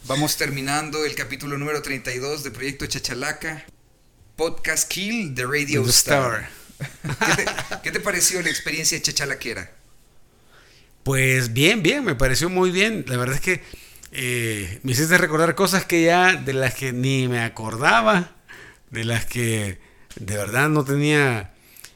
Vamos terminando el capítulo número 32 de Proyecto Chachalaca, Podcast Kill de Radio The Star. Star. ¿Qué te pareció la experiencia chachalaquera? Pues bien, me pareció muy bien. La verdad es que me hiciste recordar cosas que ya, de las que ni me acordaba, de las que de verdad no tenía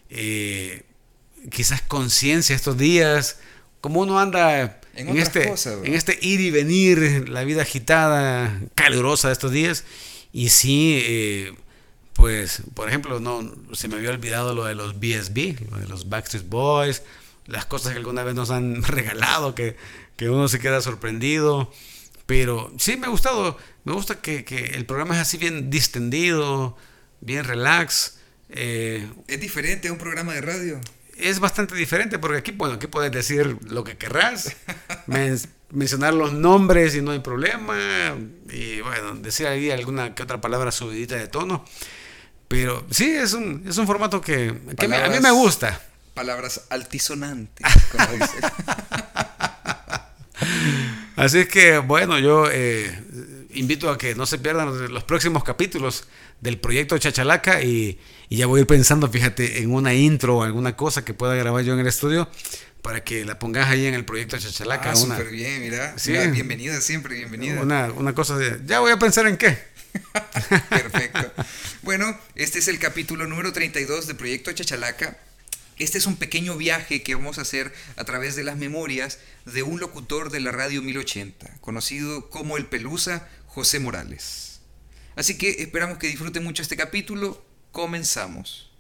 quizás conciencia estos días. Como uno anda En otras cosas, bro. en este ir y venir, la vida agitada, calurosa de estos días. Y sí, pues, por ejemplo, no se me había olvidado lo de los BSB, lo de los Backstreet Boys, las cosas que alguna vez nos han regalado, que uno se queda sorprendido. Pero sí me ha gustado, me gusta que el programa es así bien distendido, bien relax. ¿Es diferente a un programa de radio? Es bastante diferente porque aquí, bueno, aquí puedes decir lo que querrás, mencionar los nombres y no hay problema, y bueno, decir ahí alguna que otra palabra subidita de tono. Pero sí, es un formato que a mí me gusta. Palabras altisonantes, como dicen. Así es que, bueno, yo invito a que no se pierdan los próximos capítulos del proyecto Chachalaca y ya voy a ir pensando, fíjate, en una intro o alguna cosa que pueda grabar yo en el estudio para que la pongas ahí en el proyecto Chachalaca. Súper bien, mira. Sí, bienvenida, siempre bienvenida. Una cosa de, ya voy a pensar en qué. Perfecto. Bueno, este es el capítulo número 32 de Proyecto Chachalaca. Este es un pequeño viaje que vamos a hacer a través de las memorias de un locutor de la radio 1080, conocido como el Pelusa, José Morales. Así que esperamos que disfruten mucho este capítulo. Comenzamos.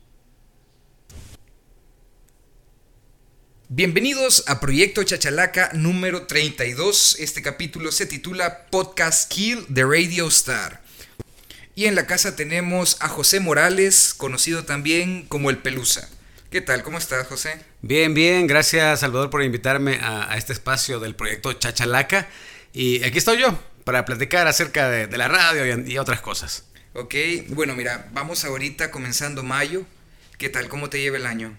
Bienvenidos a Proyecto Chachalaca número 32. Este capítulo se titula Podcast Kill de Radio Star. Y en la casa tenemos a José Morales, conocido también como el Pelusa. ¿Qué tal? ¿Cómo estás, José? Bien, gracias Salvador por invitarme a este espacio del proyecto Chachalaca. Y aquí estoy yo para platicar acerca de la radio y otras cosas. Ok, bueno, mira, vamos ahorita comenzando mayo. ¿Qué tal? ¿Cómo te lleva el año?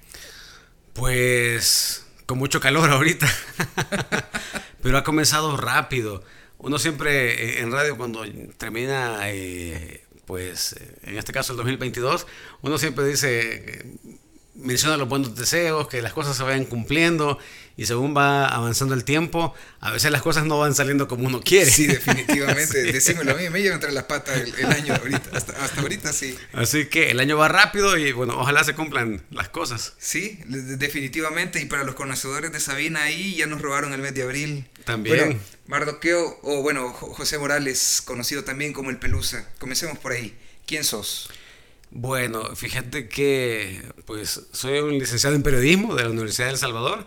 Pues con mucho calor ahorita, pero ha comenzado rápido. Uno siempre en radio cuando termina, pues en este caso el 2022, uno siempre dice, menciona los buenos deseos, que las cosas se vayan cumpliendo y según va avanzando el tiempo, a veces las cosas no van saliendo como uno quiere. Sí, definitivamente. Sí. Decímelo a mí, me lleva entre las patas el año ahorita, hasta ahorita sí. Así que el año va rápido y bueno, ojalá se cumplan las cosas. Sí, definitivamente. Y para los conocedores de Sabina ahí ya nos robaron el mes de abril. También. Bueno, Mardoqueo, o bueno, José Morales, conocido también como el Pelusa. Comencemos por ahí. ¿Quién sos? Bueno, fíjate que pues soy un licenciado en periodismo de la Universidad de El Salvador.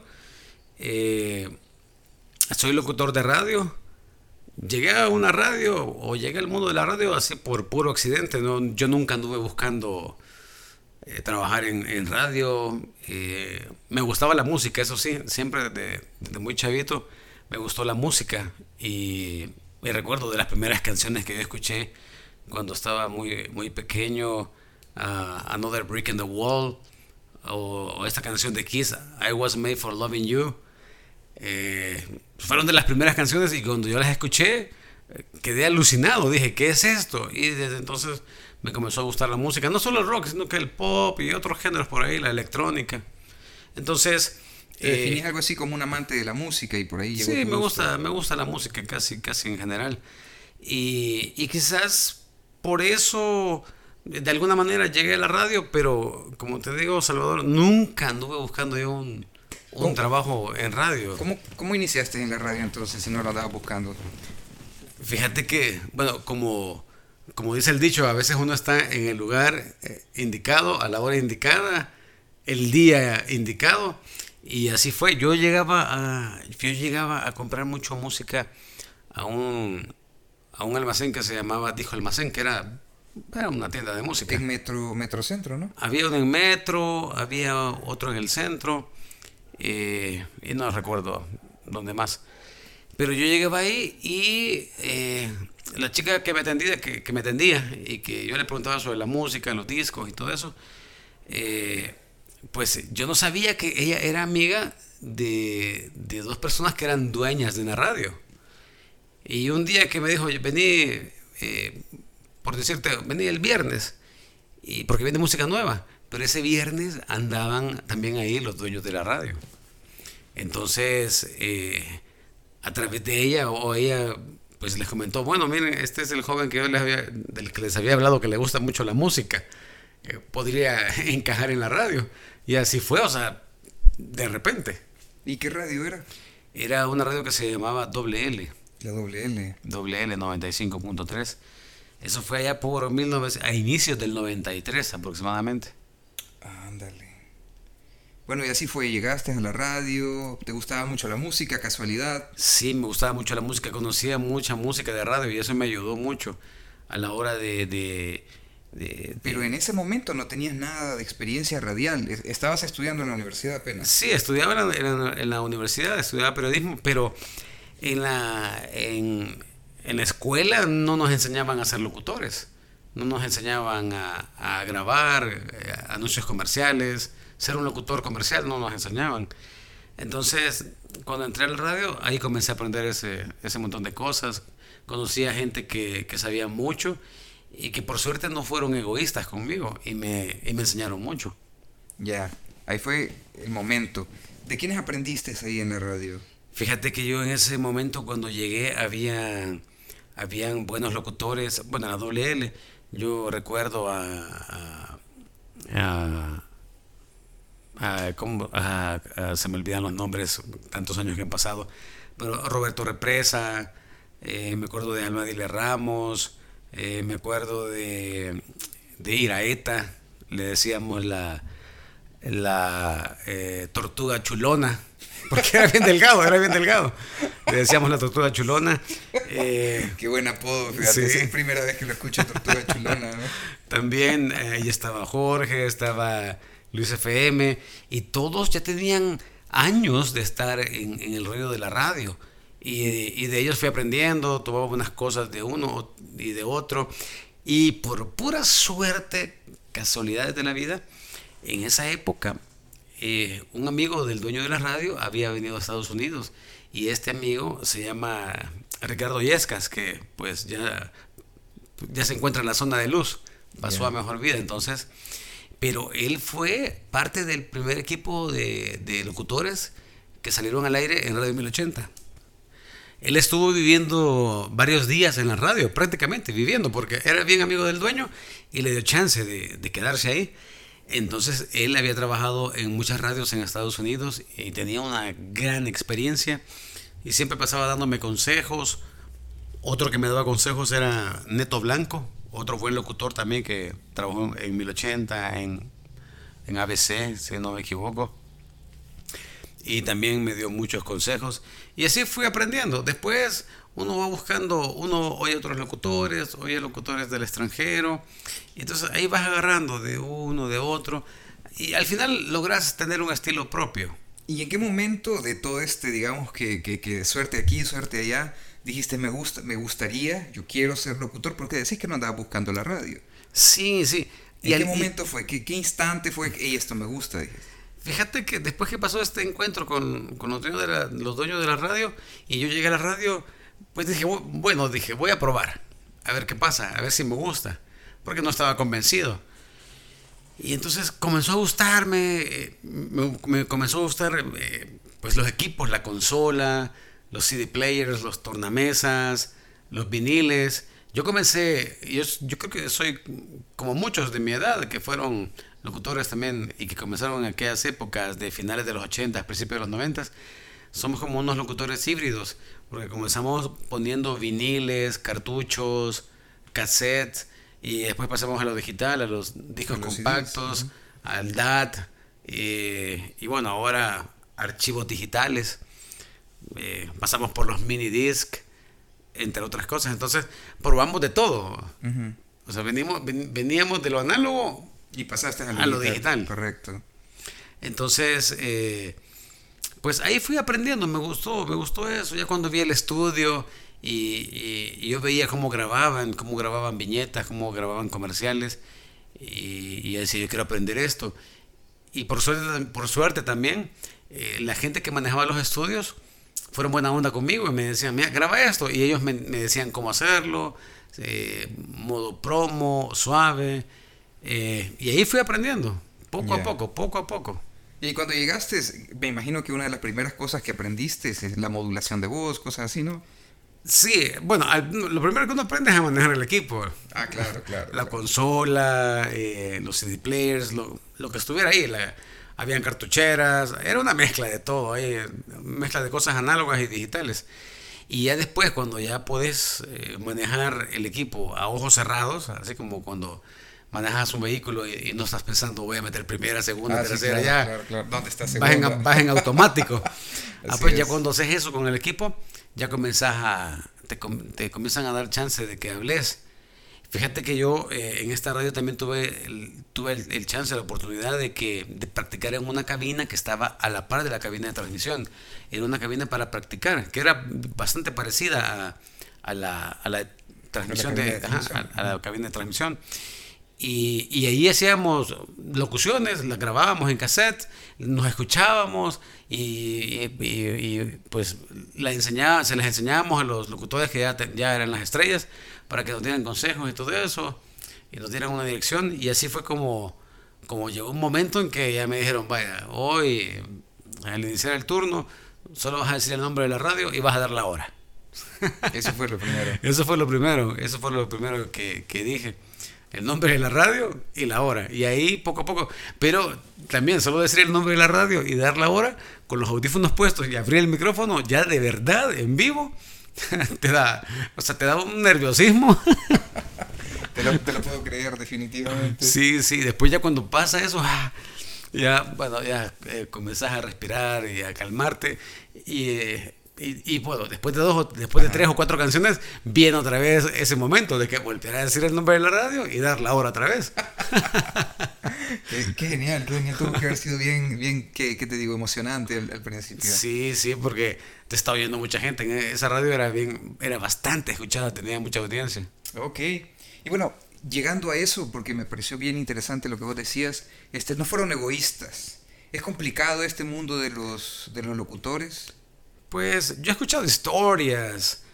Soy locutor de radio. Llegué a una radio o llegué al mundo de la radio así por puro accidente, ¿no? Yo nunca anduve buscando trabajar en radio. Me gustaba la música, eso sí, siempre desde muy chavito me gustó la música y recuerdo de las primeras canciones que yo escuché cuando estaba muy pequeño. Another Brick in the Wall o esta canción de Kiss, I Was Made for Loving You. Fueron de las primeras canciones y cuando yo las escuché quedé alucinado, dije, ¿qué es esto? Y desde entonces me comenzó a gustar la música, no solo el rock, sino que el pop y otros géneros por ahí, la electrónica. Entonces ¿te definís algo así como un amante de la música y por ahí llegó? Sí, me gusta la música casi en general y quizás por eso de alguna manera llegué a la radio, pero como te digo, Salvador, nunca anduve buscando yo un trabajo en radio. ¿Cómo iniciaste en la radio entonces si no lo andabas buscando? Fíjate que, bueno, como dice el dicho, a veces uno está en el lugar indicado, a la hora indicada, el día indicado, y así fue. Yo llegaba a comprar mucho música a un almacén que se llamaba Disco Almacén, que era una tienda de música. En Metrocentro, ¿no? Había uno en Metro, había otro en el centro, y no recuerdo dónde más. Pero yo llegaba ahí y la chica que me atendía y que yo le preguntaba sobre la música, los discos y todo eso, pues yo no sabía que ella era amiga de dos personas que eran dueñas de una radio. Y un día que me dijo, vení, por decirte, vení el viernes, y porque viene música nueva. Pero ese viernes andaban también ahí los dueños de la radio. Entonces, a través de ella, o ella, pues les comentó, bueno, miren, este es el joven que yo del que les había hablado, que le gusta mucho la música, podría encajar en la radio. Y así fue, o sea, de repente. ¿Y qué radio era? Era una radio que se llamaba Doble L. La doble L. Doble L 95.3. Eso fue allá por a inicios del 93 aproximadamente. Ándale. Bueno, y así fue, llegaste a la radio, ¿te gustaba mucho la música, casualidad? Sí, me gustaba mucho la música, conocía mucha música de radio y eso me ayudó mucho a la hora Pero en ese momento no tenías nada de experiencia radial, estabas estudiando en la universidad apenas. Sí, estudiaba en la universidad, estudiaba periodismo, pero en la escuela no nos enseñaban a ser locutores, no nos enseñaban a grabar anuncios comerciales, ser un locutor comercial no nos enseñaban. Entonces, cuando entré al radio, ahí comencé a aprender ese montón de cosas, conocí a gente que sabía mucho y que por suerte no fueron egoístas conmigo y me enseñaron mucho. Ya, ahí fue el momento. ¿De quiénes aprendiste ahí en la radio? Fíjate que yo en ese momento cuando llegué habían buenos locutores, bueno, en la doble L, yo recuerdo se me olvidan los nombres, tantos años que han pasado, pero Roberto Represa, me acuerdo de Almadile Ramos, me acuerdo de Iraeta, le decíamos la tortuga chulona, porque era bien delgado. Le decíamos la tortuga chulona. Qué buen apodo, fíjate, sí. Es la primera vez que lo escucho, tortuga chulona, ¿no? También ahí estaba Jorge, estaba Luis FM, y todos ya tenían años de estar en el rollo de la radio. Y de ellos fui aprendiendo, tomaba unas cosas de uno y de otro. Y por pura suerte, casualidades de la vida, en esa época, un amigo del dueño de la radio había venido a Estados Unidos. Y este amigo se llama Ricardo Yescas, que pues ya se encuentra en la zona de luz, pasó a mejor vida. Entonces, pero él fue parte del primer equipo de locutores que salieron al aire en Radio 1080. Él estuvo viviendo varios días en la radio, prácticamente viviendo, porque era bien amigo del dueño y le dio chance de quedarse ahí. Entonces él había trabajado en muchas radios en Estados Unidos y tenía una gran experiencia y siempre pasaba dándome consejos. Otro que me daba consejos era Neto Blanco, otro buen locutor también que trabajó en 1080, en ABC, si no me equivoco. Y también me dio muchos consejos y así fui aprendiendo. Después uno va buscando, uno oye otros locutores, oye locutores del extranjero, y entonces ahí vas agarrando de uno, de otro, y al final logras tener un estilo propio. ¿Y en qué momento de todo digamos que suerte aquí, suerte allá, dijiste me gustaría, yo quiero ser locutor? Porque decís que no andabas buscando la radio. Sí. ¿En qué momento fue? ¿Qué instante fue? Hey, esto me gusta, dijiste. Fíjate que después que pasó este encuentro con los dueños de la radio y yo llegué a la radio, pues dije, bueno, voy a probar, a ver qué pasa, a ver si me gusta, porque no estaba convencido. Y entonces comenzó a gustarme, me comenzó a gustar pues los equipos, la consola, los CD players, los tornamesas, los viniles. Yo comencé, yo creo que soy como muchos de mi edad que fueron locutores también y que comenzaron en aquellas épocas de finales de los 80, principios de los 90. Somos como unos locutores híbridos, porque comenzamos poniendo viniles, cartuchos, cassettes, y después pasamos a lo digital, a los discos compactos, CDs, al DAT, y bueno, ahora archivos digitales, pasamos por los mini disc, entre otras cosas. Entonces probamos de todo. O sea, veníamos de lo análogo y pasaste a lo digital. Correcto. Entonces, pues ahí fui aprendiendo, me gustó eso. Ya cuando vi el estudio y yo veía cómo grababan viñetas, cómo grababan comerciales, y decía, yo quiero aprender esto. Y por suerte también, la gente que manejaba los estudios, fueron buena onda conmigo y me decían, mira, graba esto. Y ellos me decían cómo hacerlo, modo promo, suave. Y ahí fui aprendiendo, poco a poco, poco a poco. Y cuando llegaste, me imagino que una de las primeras cosas que aprendiste es la modulación de voz, cosas así, ¿no? Sí, bueno, lo primero que uno aprende es a manejar el equipo. Ah, claro, claro. La claro. consola, los CD players, lo que estuviera ahí. Habían cartucheras, era una mezcla de todo, mezcla de cosas análogas y digitales. Y ya después, cuando ya podés manejar el equipo a ojos cerrados, así como cuando manejas un vehículo y no estás pensando, voy a meter primera, segunda, tercera, sí, claro, ya. claro, claro. ¿Dónde está Vas segunda? vas en automático. Pues ya es. cuando haces eso con el equipo, ya te comienzan a dar chance de que hables. Fíjate que yo en esta radio también tuve el chance, la oportunidad de practicar en una cabina que estaba a la par de la cabina de transmisión. Era una cabina para practicar, que era bastante parecida a la transmisión a la cabina de transmisión. Y ahí hacíamos locuciones, las grabábamos en cassette, nos escuchábamos y pues se les enseñábamos a los locutores que ya eran las estrellas para que nos dieran consejos y todo eso y nos dieran una dirección. Y así fue como llegó un momento en que ya me dijeron, vaya, hoy al iniciar el turno solo vas a decir el nombre de la radio y vas a dar la hora. Eso fue lo primero. Eso fue lo primero que dije. El nombre de la radio y la hora. Y ahí poco a poco. Pero también solo decir el nombre de la radio y dar la hora con los audífonos puestos y abrir el micrófono ya de verdad en vivo te da un nerviosismo. Te lo puedo creer definitivamente. Sí, después ya cuando pasa eso, ya comenzás a respirar y a calmarte y bueno, después de 3 o 4 canciones viene otra vez ese momento de que volver a decir el nombre de la radio y dar la hora otra vez. Qué genial, qué genial. Tuvo que haber sido bien, ¿qué te digo? Emocionante al principio. Sí, porque te está oyendo mucha gente. Esa radio era bastante escuchada, tenía mucha audiencia. Ok. Y bueno, llegando a eso, porque me pareció bien interesante lo que vos decías, no fueron egoístas. ¿Es complicado este mundo de los locutores? Pues yo he escuchado historias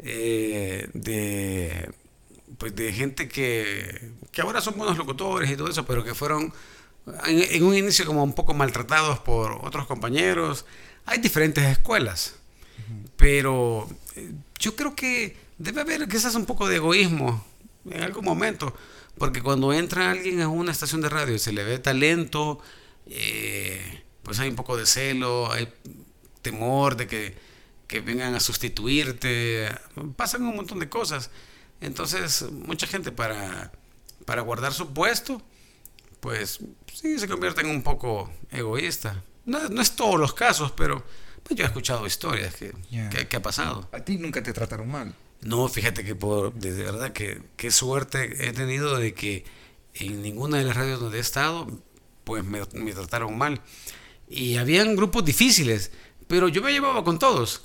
pues de gente que ahora son buenos locutores y todo eso, pero que fueron en un inicio como un poco maltratados por otros compañeros. Hay diferentes escuelas, pero yo creo que debe haber quizás un poco de egoísmo en algún momento, porque cuando entra alguien a una estación de radio y se le ve talento, pues hay un poco de celo, hay temor de que vengan a sustituirte, pasan un montón de cosas. Entonces mucha gente para guardar su puesto, pues sí se convierte en un poco egoísta. No es todos los casos, pero pues yo he escuchado historias que ha pasado. ¿A ti nunca te trataron mal? No, fíjate que de verdad que qué suerte he tenido de que en ninguna de las radios donde he estado pues me trataron mal. Y habían grupos difíciles, pero yo me llevaba con todos.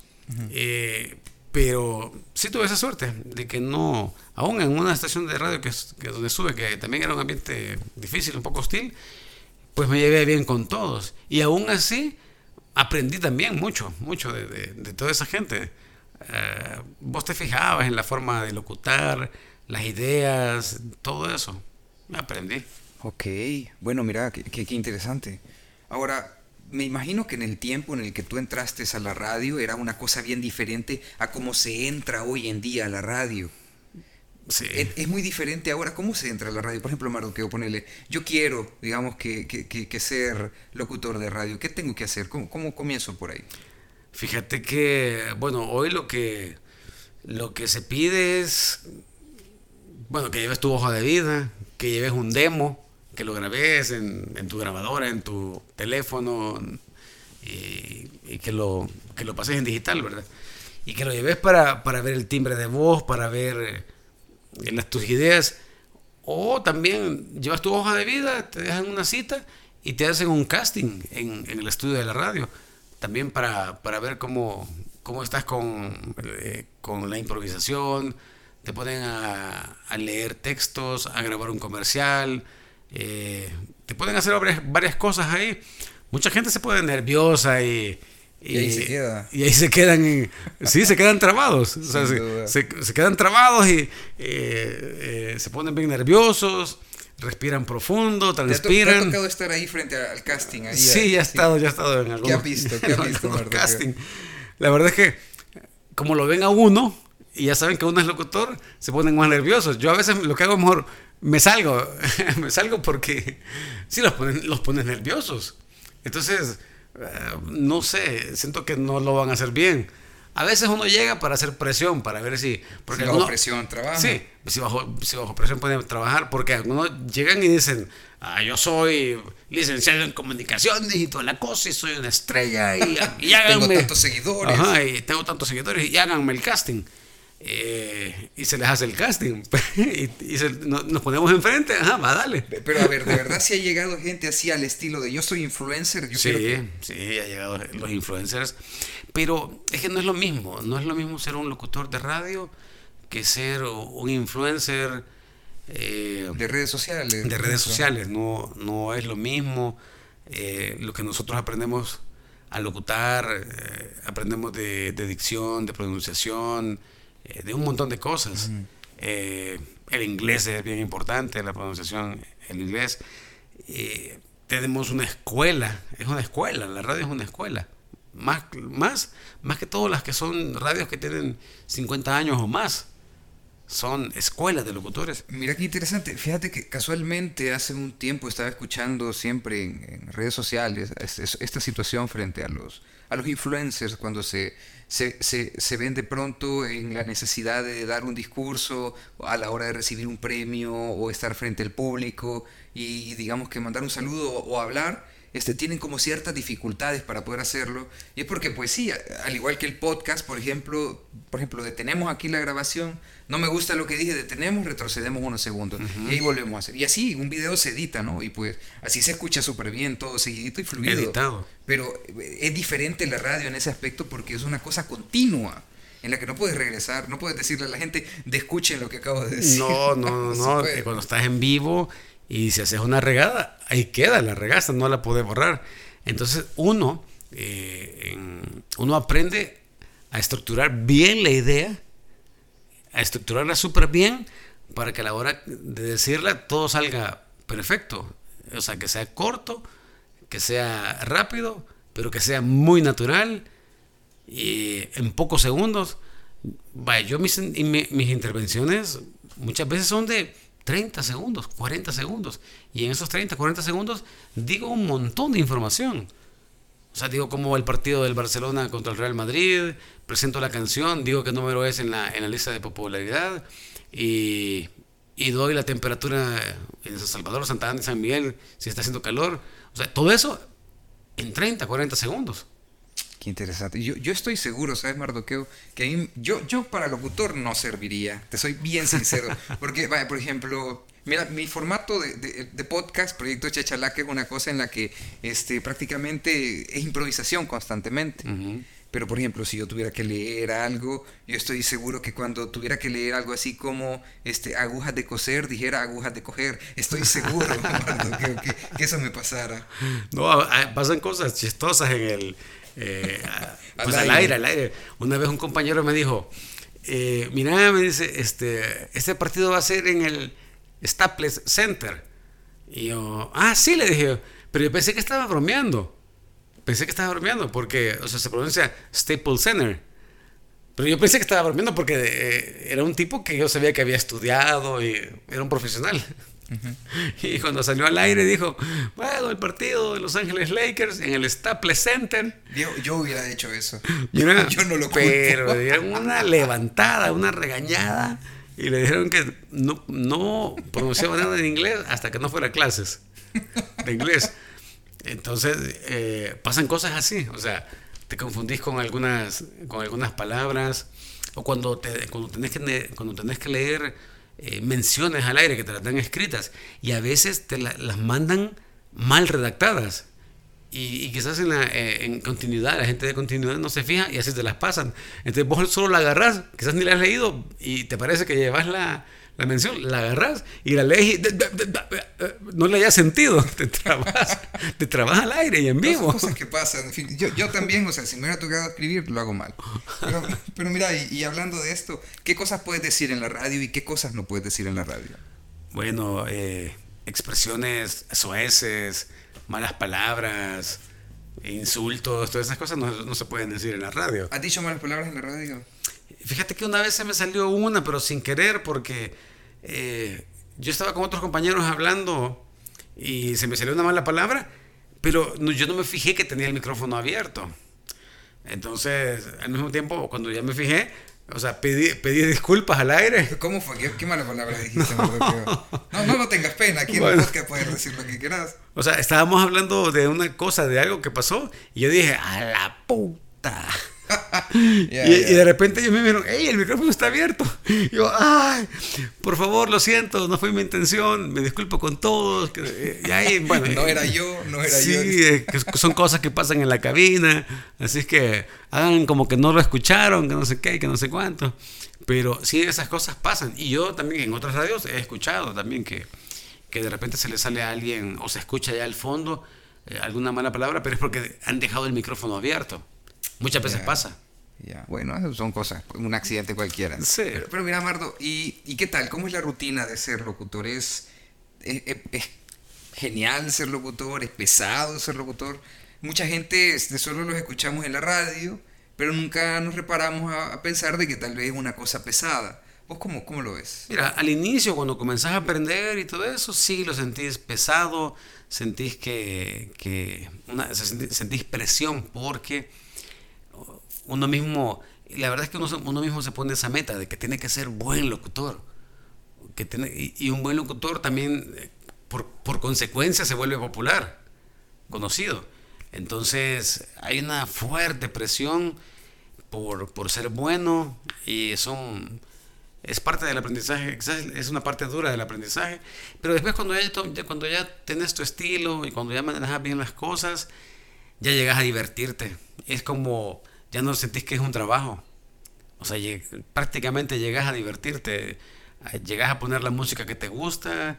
Pero sí tuve esa suerte de que no, aún en una estación de radio que donde estuve, que también era un ambiente difícil, un poco hostil, pues me llevé bien con todos. Y aún así aprendí también mucho de toda esa gente. Vos te fijabas en la forma de locutar, las ideas, todo eso. Aprendí. Ok, bueno, mira, qué interesante. Ahora, me imagino que en el tiempo en el que tú entraste a la radio era una cosa bien diferente a cómo se entra hoy en día a la radio. Sí. Es muy diferente ahora. ¿Cómo se entra a la radio? Por ejemplo, Mardoqueo, ponele, yo quiero, digamos, que ser locutor de radio. ¿Qué tengo que hacer? ¿Cómo comienzo por ahí? Fíjate que, bueno, hoy lo que se pide es, bueno, que lleves tu hoja de vida, que lleves un demo, que lo grabes en tu grabadora, en tu teléfono y que lo pases en digital, ¿verdad? Y que lo lleves para ver el timbre de voz, para ver tus ideas. O también llevas tu hoja de vida, te dejan una cita y te hacen un casting en el estudio de la radio. También para ver cómo estás con la improvisación. Te ponen a leer textos, a grabar un comercial. Te pueden hacer varias cosas ahí. Mucha gente se pone nerviosa y Y ahí se queda. Y ahí se quedan, sí, se quedan trabados. O sea, se quedan trabados y se ponen bien nerviosos, respiran profundo, transpiran. ¿Te ha tocado estar ahí frente al casting? Ahí, sí, ya he estado en algunos, ¿Qué has visto? casting. La verdad es que, como lo ven a uno y ya saben que uno es locutor, se ponen más nerviosos. Yo a veces lo que hago es mejor, me salgo porque sí los pones nerviosos. Entonces, no sé, siento que no lo van a hacer bien. A veces uno llega para hacer presión, para ver si... Porque si bajo presión trabaja. Sí, si bajo presión pueden trabajar, porque algunos llegan y dicen, yo soy licenciado en comunicación digital, la cosa, y soy una estrella, y háganme... Tengo tantos seguidores. Ajá, y tengo tantos seguidores, y háganme el casting. Y se les hace el casting, nos ponemos enfrente, va, dale. Pero a ver, ¿de verdad si ha llegado gente así al estilo de yo soy influencer? Sí, ha llegado los influencers, pero es que no es lo mismo ser un locutor de radio que ser un influencer de redes sociales. De redes sociales, no es lo mismo. Lo que nosotros aprendemos a locutar, aprendemos de dicción, de pronunciación, de un montón de cosas. El inglés es bien importante, la pronunciación, el inglés. Tenemos una escuela, la radio es una escuela. Más que todas las que son radios que tienen 50 años o más. Son escuelas de locutores. Mira qué interesante. Fíjate que casualmente hace un tiempo estaba escuchando siempre en redes sociales esta situación frente a los influencers cuando se ven de pronto en la necesidad de dar un discurso a la hora de recibir un premio o estar frente al público y digamos que mandar un saludo o hablar. Tienen como ciertas dificultades para poder hacerlo, y es porque pues sí, al igual que el podcast, por ejemplo, detenemos aquí la grabación, no me gusta lo que dije, detenemos, retrocedemos unos segundos, y ahí volvemos a hacer, y así un video se edita, ¿no? Y pues así se escucha súper bien, todo seguidito y fluido. Editado. Pero es diferente la radio en ese aspecto porque es una cosa continua, en la que no puedes regresar, no puedes decirle a la gente de escuchen lo que acabo de decir. No, cuando estás en vivo y si haces una regada, ahí queda, la regaste, no la puedes borrar. Entonces uno aprende a estructurar bien la idea, a estructurarla súper bien para que a la hora de decirla todo salga perfecto. O sea, que sea corto, que sea rápido, pero que sea muy natural y en pocos segundos. Vaya, yo mis intervenciones muchas veces son de 30 segundos, 40 segundos. Y en esos 30, 40 segundos digo un montón de información. O sea, digo cómo va el partido del Barcelona contra el Real Madrid, presento la canción, digo qué número es en la lista de popularidad y doy la temperatura en San Salvador, Santa Ana y San Miguel, si está haciendo calor. O sea, todo eso en 30, 40 segundos. Qué interesante. Yo estoy seguro, ¿sabes, Mardoqueo? Que yo para locutor no serviría. Te soy bien sincero. Porque, vaya, por ejemplo, mira, mi formato de podcast, Proyecto Chachalaca, es una cosa en la que prácticamente es improvisación constantemente. Uh-huh. Pero, por ejemplo, si yo tuviera que leer algo, yo estoy seguro que cuando tuviera que leer algo así como agujas de coser, dijera agujas de coger. Estoy seguro, Mardoqueo, que eso me pasara. No, pasan cosas chistosas en el... pues al aire. Una vez un compañero me dijo, mira, me dice, este partido va a ser en el Staples Center. Y yo, sí, le dije, pero yo pensé que estaba bromeando. Porque, o sea, se pronuncia Staples Center. Pero yo pensé que estaba bromeando porque era un tipo que yo sabía que había estudiado y era un profesional. Uh-huh. Y cuando salió al aire dijo, bueno, el partido de Los Ángeles Lakers en el Staples Center. Yo hubiera hecho eso. Yo no lo culpo. Pero le dieron una levantada, una regañada y le dijeron que no pronunciaba nada en inglés hasta que no fuera a clases de inglés. Entonces pasan cosas así, o sea, te confundís con algunas palabras o cuando tenés que leer menciones al aire que te las dan escritas y a veces te las mandan mal redactadas y quizás en continuidad, la gente de continuidad no se fija y así te las pasan. Entonces vos solo la agarrás, quizás ni la has leído y te parece que llevas la la mención, la agarras y la lees y no le hayas sentido, te trabas al aire y en vivo. Son cosas que pasan, en fin, yo también, o sea, si me hubiera tocado escribir, lo hago mal. Pero mira, y hablando de esto, ¿qué cosas puedes decir en la radio y qué cosas no puedes decir en la radio? Bueno, expresiones soeces, malas palabras, insultos, todas esas cosas no se pueden decir en la radio. ¿Has dicho malas palabras en la radio? Fíjate que una vez se me salió una, pero sin querer, porque yo estaba con otros compañeros hablando y se me salió una mala palabra, pero yo no me fijé que tenía el micrófono abierto. Entonces, al mismo tiempo, cuando ya me fijé, o sea, pedí disculpas al aire. ¿Cómo fue? ¿Qué mala palabra dijiste? No tengas pena, aquí en el podcast puedes decir lo que quieras. O sea, estábamos hablando de una cosa, de algo que pasó, y yo dije, ¡a la puta! Y de repente ellos me dijeron, ¡ey, el micrófono está abierto! Y yo, ¡ay! Por favor, lo siento, no fue mi intención, me disculpo con todos. Y ahí, bueno, no era yo. Sí, que son cosas que pasan en la cabina, así es que hagan como que no lo escucharon, que no sé qué, que no sé cuánto. Pero sí, esas cosas pasan. Y yo también en otras radios he escuchado también que de repente se le sale a alguien o se escucha ya al fondo alguna mala palabra, pero es porque han dejado el micrófono abierto. Muchas veces pasa. Bueno, son cosas, un accidente cualquiera. Sí. Pero mira, Mardo, ¿y qué tal? ¿Cómo es la rutina de ser locutor? ¿Es genial ser locutor? ¿Es pesado ser locutor? Mucha gente solo los escuchamos en la radio, pero nunca nos reparamos a pensar de que tal vez es una cosa pesada. ¿Vos cómo lo ves? Mira, al inicio, cuando comenzás a aprender y todo eso, sí lo sentís pesado, sentís sentís presión, porque uno mismo, la verdad es que uno mismo se pone esa meta de que tiene que ser buen locutor. Y un buen locutor también, por consecuencia, se vuelve popular, conocido. Entonces, hay una fuerte presión por ser bueno y es parte del aprendizaje, es una parte dura del aprendizaje, pero después cuando ya tenés tu estilo y cuando ya manejas bien las cosas, ya llegas a divertirte. Es como, ya no sentís que es un trabajo, o sea, prácticamente llegas a divertirte, llegas a poner la música que te gusta,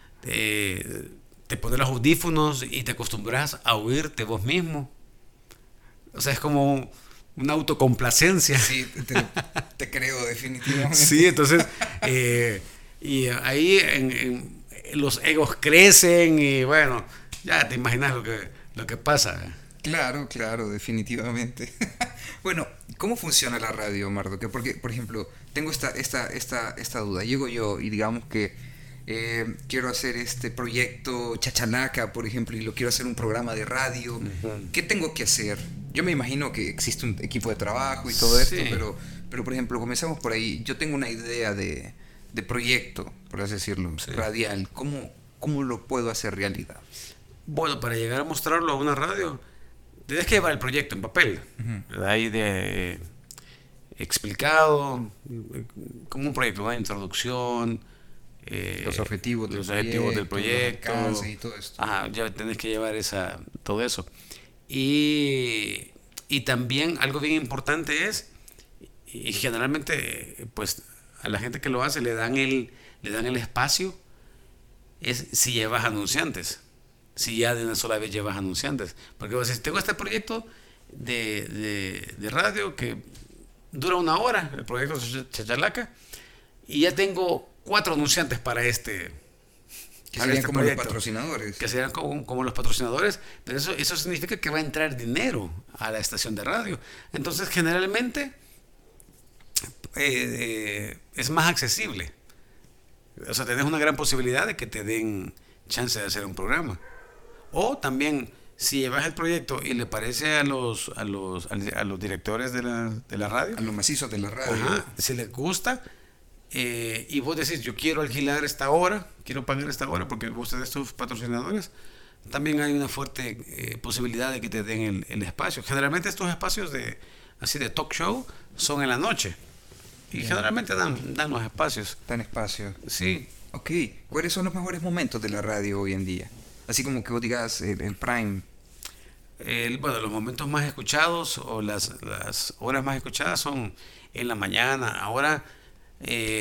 te pones los audífonos y te acostumbras a oírte vos mismo. O sea, es como una autocomplacencia. Sí, te creo definitivamente. Sí, entonces, y ahí los egos crecen y bueno, ya te imaginas lo que pasa. Claro, definitivamente. Bueno, ¿cómo funciona la radio, Mardo? Porque, por ejemplo, tengo esta duda. Llego yo y digamos que quiero hacer este proyecto Chachalaca, por ejemplo, y lo quiero hacer un programa de radio. Uh-huh. ¿Qué tengo que hacer? Yo me imagino que existe un equipo de trabajo y todo esto, pero por ejemplo, comencemos por ahí. Yo tengo una idea de proyecto, por así decirlo, radial. ¿Cómo lo puedo hacer realidad? Bueno, para llegar a mostrarlo a una radio, tienes que llevar el proyecto en papel. Uh-huh. Ahí explicado, como un proyecto, una introducción, los objetivos del proyecto, y todo esto. Ya tenés que llevar todo eso. Y también algo bien importante es, y generalmente pues a la gente que lo hace le dan el espacio, es si llevas anunciantes, si ya de una sola vez llevas anunciantes, porque vos decís, tengo este proyecto de radio que dura 1 hora, el proyecto Chachalaca, y ya tengo 4 anunciantes para este. Que serían como proyecto. Los patrocinadores. Que serían como los patrocinadores, pero eso significa que va a entrar dinero a la estación de radio. Entonces, generalmente, es más accesible. O sea, tenés una gran posibilidad de que te den chance de hacer un programa. O también, si llevas el proyecto y le parece a los directores de la radio, a los macizos de la radio, si les gusta, y vos decís, yo quiero alquilar esta hora, quiero pagar esta hora porque vos tenés tus patrocinadores, también hay una fuerte posibilidad de que te den el espacio. Generalmente estos espacios de talk show son en la noche y generalmente dan los espacios. Dan espacio. Sí. Ok, ¿cuáles son los mejores momentos de la radio hoy en día? Así como que vos digas el prime. Bueno, los momentos más escuchados o las horas más escuchadas son en la mañana. Ahora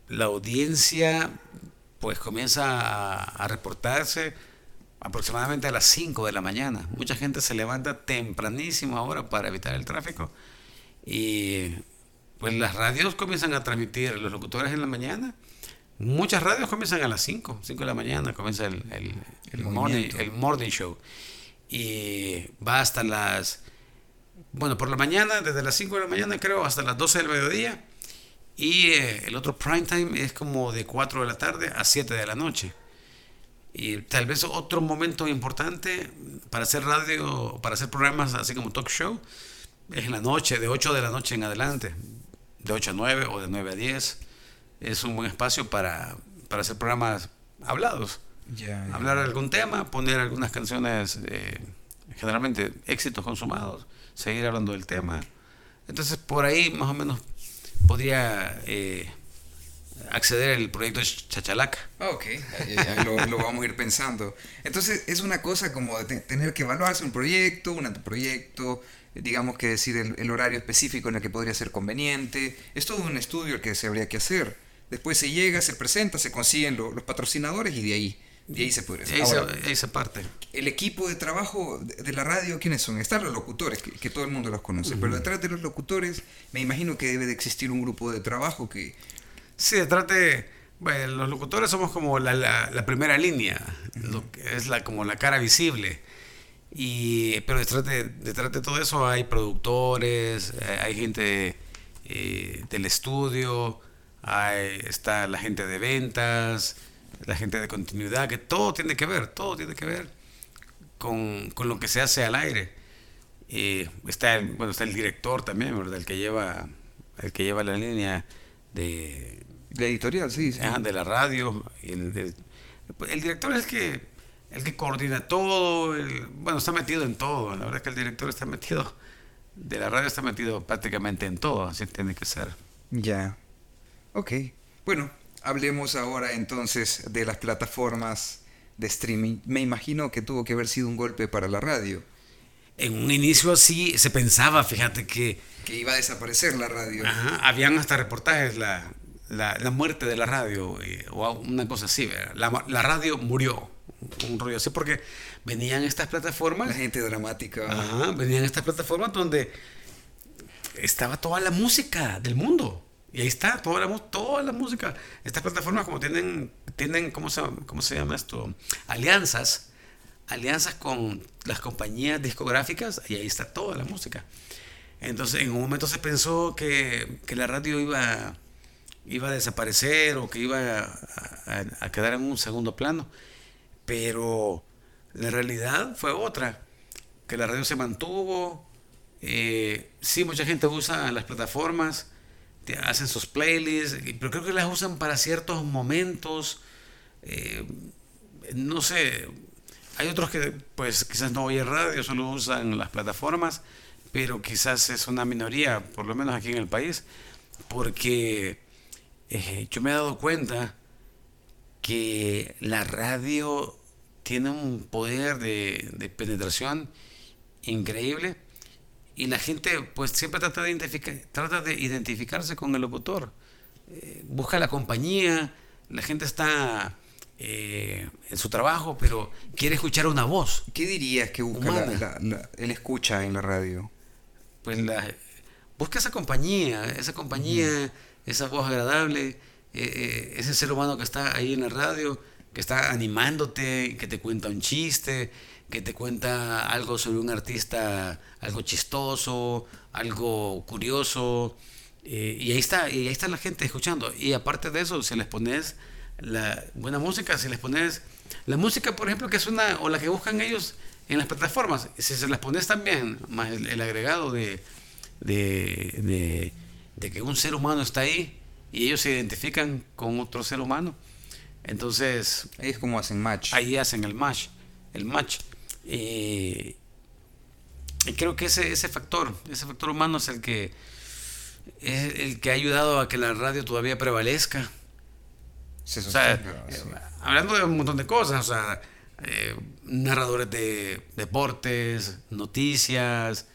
la audiencia pues comienza a reportarse aproximadamente a las 5 de la mañana. Mucha gente se levanta tempranísimo ahora para evitar el tráfico. Y pues las radios comienzan a transmitir los locutores en la mañana. Muchas radios comienzan a las 5 de la mañana, comienza el morning show. Y va hasta bueno, por la mañana, desde las 5 de la mañana creo, hasta las 12 del mediodía. Y el otro prime time es como de 4 de la tarde a 7 de la noche. Y tal vez otro momento importante para hacer radio, para hacer programas así como talk show, es en la noche, de 8 de la noche en adelante, de 8 a 9 o de 9 a 10. Es un buen espacio para hacer programas hablados. Hablar algún tema, poner algunas canciones, generalmente éxitos consumados, seguir hablando del tema. Entonces por ahí más o menos podría acceder el proyecto Chachalaca. Ok, lo vamos a ir pensando. Entonces es una cosa como de tener que evaluarse un anteproyecto, digamos que decir el horario específico en el que podría ser conveniente. Es todo un estudio el que se habría que hacer. Después se llega, se presenta, se consiguen los patrocinadores y de ahí se puede hacer. Ahí se parte. El equipo de trabajo de la radio, ¿quiénes son? Están los locutores, que todo el mundo los conoce, pero detrás de los locutores me imagino que debe de existir un grupo de trabajo que... Sí, bueno, los locutores somos como la primera línea, lo que es como la cara visible. Pero detrás de todo eso hay productores, hay gente del estudio, está la gente de ventas, la gente de continuidad, que todo tiene que ver con lo que se hace al aire. Está el director también, ¿verdad? El que lleva la línea de la editorial, sí. de la radio. El director es el que coordina todo, está metido en todo. La verdad es que el director de la radio está metido prácticamente en todo, así tiene que ser. Ya. Ok. Bueno, hablemos ahora entonces de las plataformas de streaming. Me imagino que tuvo que haber sido un golpe para la radio. En un inicio así se pensaba, fíjate que iba a desaparecer la radio. Ajá, habían hasta reportajes, la muerte de la radio, o una cosa así, la radio murió, un rollo así, porque venían estas plataformas. La gente dramática. Ajá, venían estas plataformas donde estaba toda la música del mundo. Y ahí está, toda la música. Estas plataformas como tienen ¿cómo se llama esto? Alianzas con las compañías discográficas, y ahí está toda la música. Entonces en un momento se pensó que la radio iba a desaparecer o que iba a quedar en un segundo plano, pero la realidad fue otra, que la radio se mantuvo. Sí, mucha gente usa las plataformas, hacen sus playlists, pero creo que las usan para ciertos momentos. No sé, hay otros que pues quizás no oyen radio, solo usan las plataformas, pero quizás es una minoría, por lo menos aquí en el país, porque yo me he dado cuenta que la radio tiene un poder de penetración increíble, y la gente pues siempre trata de identificarse con el locutor, busca la compañía, la gente está en su trabajo, pero quiere escuchar una voz. ¿Qué dirías que busca él escucha en la radio? Pues busca esa compañía, esa voz agradable, ese ser humano que está ahí en la radio, que está animándote, que te cuenta un chiste, que te cuenta algo sobre un artista, algo chistoso, algo curioso, y ahí está la gente escuchando. Y aparte de eso, si les pones la buena música, si les pones la música, por ejemplo, que suena, o la que buscan ellos en las plataformas, si se las pones también, más el agregado de que un ser humano está ahí y ellos se identifican con otro ser humano, entonces ahí es como hacen match. Ahí hacen el match. Y creo que ese factor humano es el que ha ayudado a que la radio todavía prevalezca. Sí. Hablando de un montón de cosas, narradores de deportes, noticias,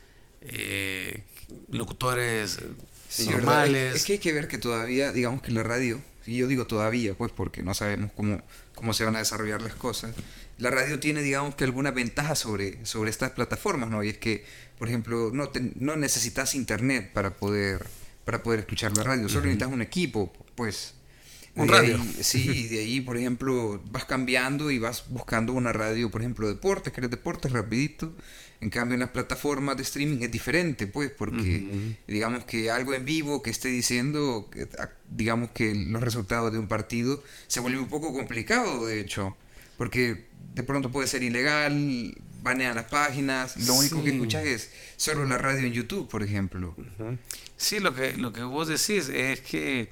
locutores normales. Es que hay que ver que todavía, digamos que la radio y yo digo todavía, pues porque no sabemos cómo se van a desarrollar las cosas, la radio tiene, digamos que alguna ventaja sobre estas plataformas, ¿no? Y es que, por ejemplo, no necesitas internet para poder escuchar la radio, solo necesitas un equipo, pues. Un De radio. ahí, sí, de ahí, por ejemplo, vas cambiando y vas buscando una radio, por ejemplo, deportes, querés deportes rapidito. En cambio, en las plataformas de streaming es diferente, pues, porque digamos que algo en vivo que esté diciendo, digamos que los resultados de un partido se vuelve un poco complicado, de hecho, porque de pronto puede ser ilegal, banean las páginas, lo único que Sí. escuchas es solo la radio en YouTube, por ejemplo. Sí, lo que vos decís es que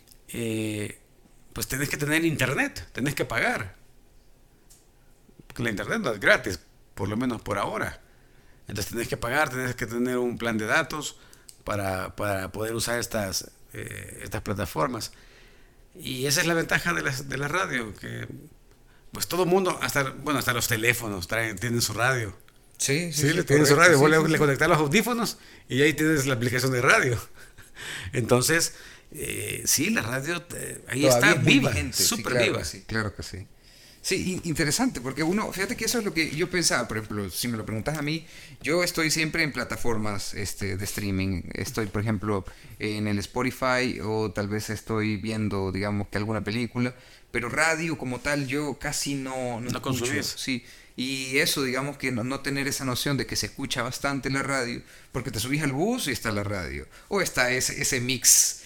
pues tenés que tener internet, tenés que pagar. Porque la internet no es gratis, por lo menos por ahora. Entonces tenés que pagar, tenés que tener un plan de datos para poder usar estas plataformas. Y esa es la ventaja de la radio, que pues todo el mundo, hasta los teléfonos tienen su radio. Sí, Sí, sí, tienen su correcto, radio, vos sí, sí, le sí. conectás los audífonos y ahí tienes la aplicación de radio. Entonces, sí, la radio ahí Todavía está es muy viva, vigente, sí, súper claro viva. que sí, claro que sí. Sí, interesante, porque fíjate que eso es lo que yo pensaba, por ejemplo, si me lo preguntas a mí, yo estoy siempre en plataformas de streaming, estoy, por ejemplo, en el Spotify o tal vez estoy viendo, digamos, que alguna película, pero radio como tal yo casi no No escucho, consumís. sí, y eso, digamos que no tener esa noción de que se escucha bastante la radio, porque te subís al bus y está la radio, o está ese mix,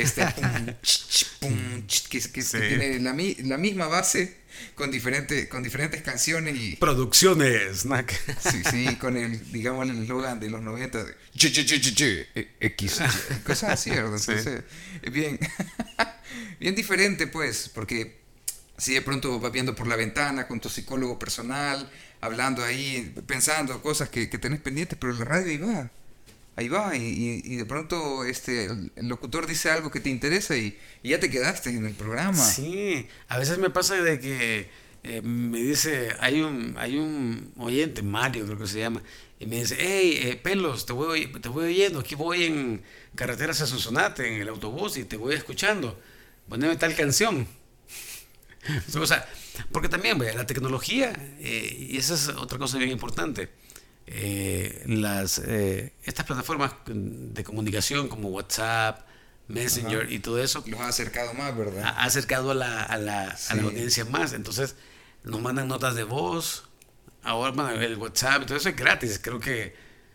pum, que Sí. tiene la misma base con diferentes canciones y Producciones, ¿no? sí, sí, con digamos el eslogan de los 90 de X, cosas así, ¿verdad? Sí. Entonces, es bien, bien diferente, pues, porque si de pronto vas viendo por la ventana con tu psicólogo personal, hablando ahí, pensando cosas que tenés pendientes, pero la radio ahí va, y de pronto el locutor dice algo que te interesa y ya te quedaste en el programa. Sí, a veces me pasa de que me dice, hay un oyente, Mario creo que se llama, y me dice, hey, Pelos, te voy oyendo, aquí voy en carretera hacia Sonsonate, en el autobús, y te voy escuchando, poneme tal canción. O sea, porque también, vea, la tecnología, y esa es otra cosa bien importante, estas plataformas de comunicación como WhatsApp, Messenger Ajá. y todo eso, Los ha acercado más, ¿verdad? ha acercado a la Sí. audiencia más. Entonces, nos mandan notas de voz. Ahora, bueno, el WhatsApp, todo eso es gratis. Creo que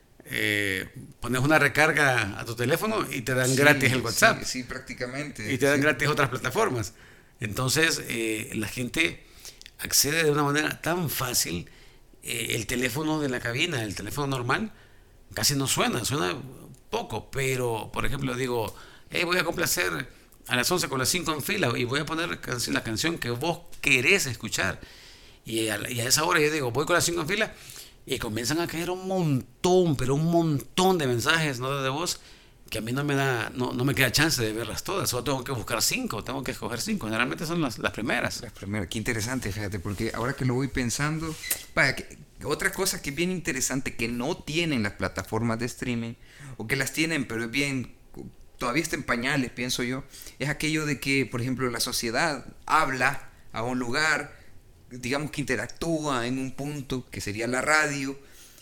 pones una recarga a tu teléfono y te dan Sí, gratis el WhatsApp. Sí, sí, prácticamente. Y te dan Sí. gratis otras plataformas. Entonces, la gente accede de una manera tan fácil. El teléfono de la cabina, el teléfono normal, casi no suena poco. Pero, por ejemplo, digo, hey, voy a complacer a las 11 con las 5 en fila y voy a poner la canción que vos querés escuchar. Y a esa hora yo digo, voy con las 5 en fila y comienzan a caer un montón, pero un montón de mensajes, ¿no?, de voz, que a mí no me queda chance de verlas todas. Solo tengo que buscar 5, tengo que escoger 5. Generalmente son las primeras. Las primeras, qué interesante, fíjate, porque ahora que lo voy pensando, vaya, otra cosa que es bien interesante que no tienen las plataformas de streaming, o que las tienen, pero es bien, todavía está en pañales, pienso yo, es aquello de que, por ejemplo, la sociedad habla a un lugar, digamos que interactúa en un punto que sería la radio,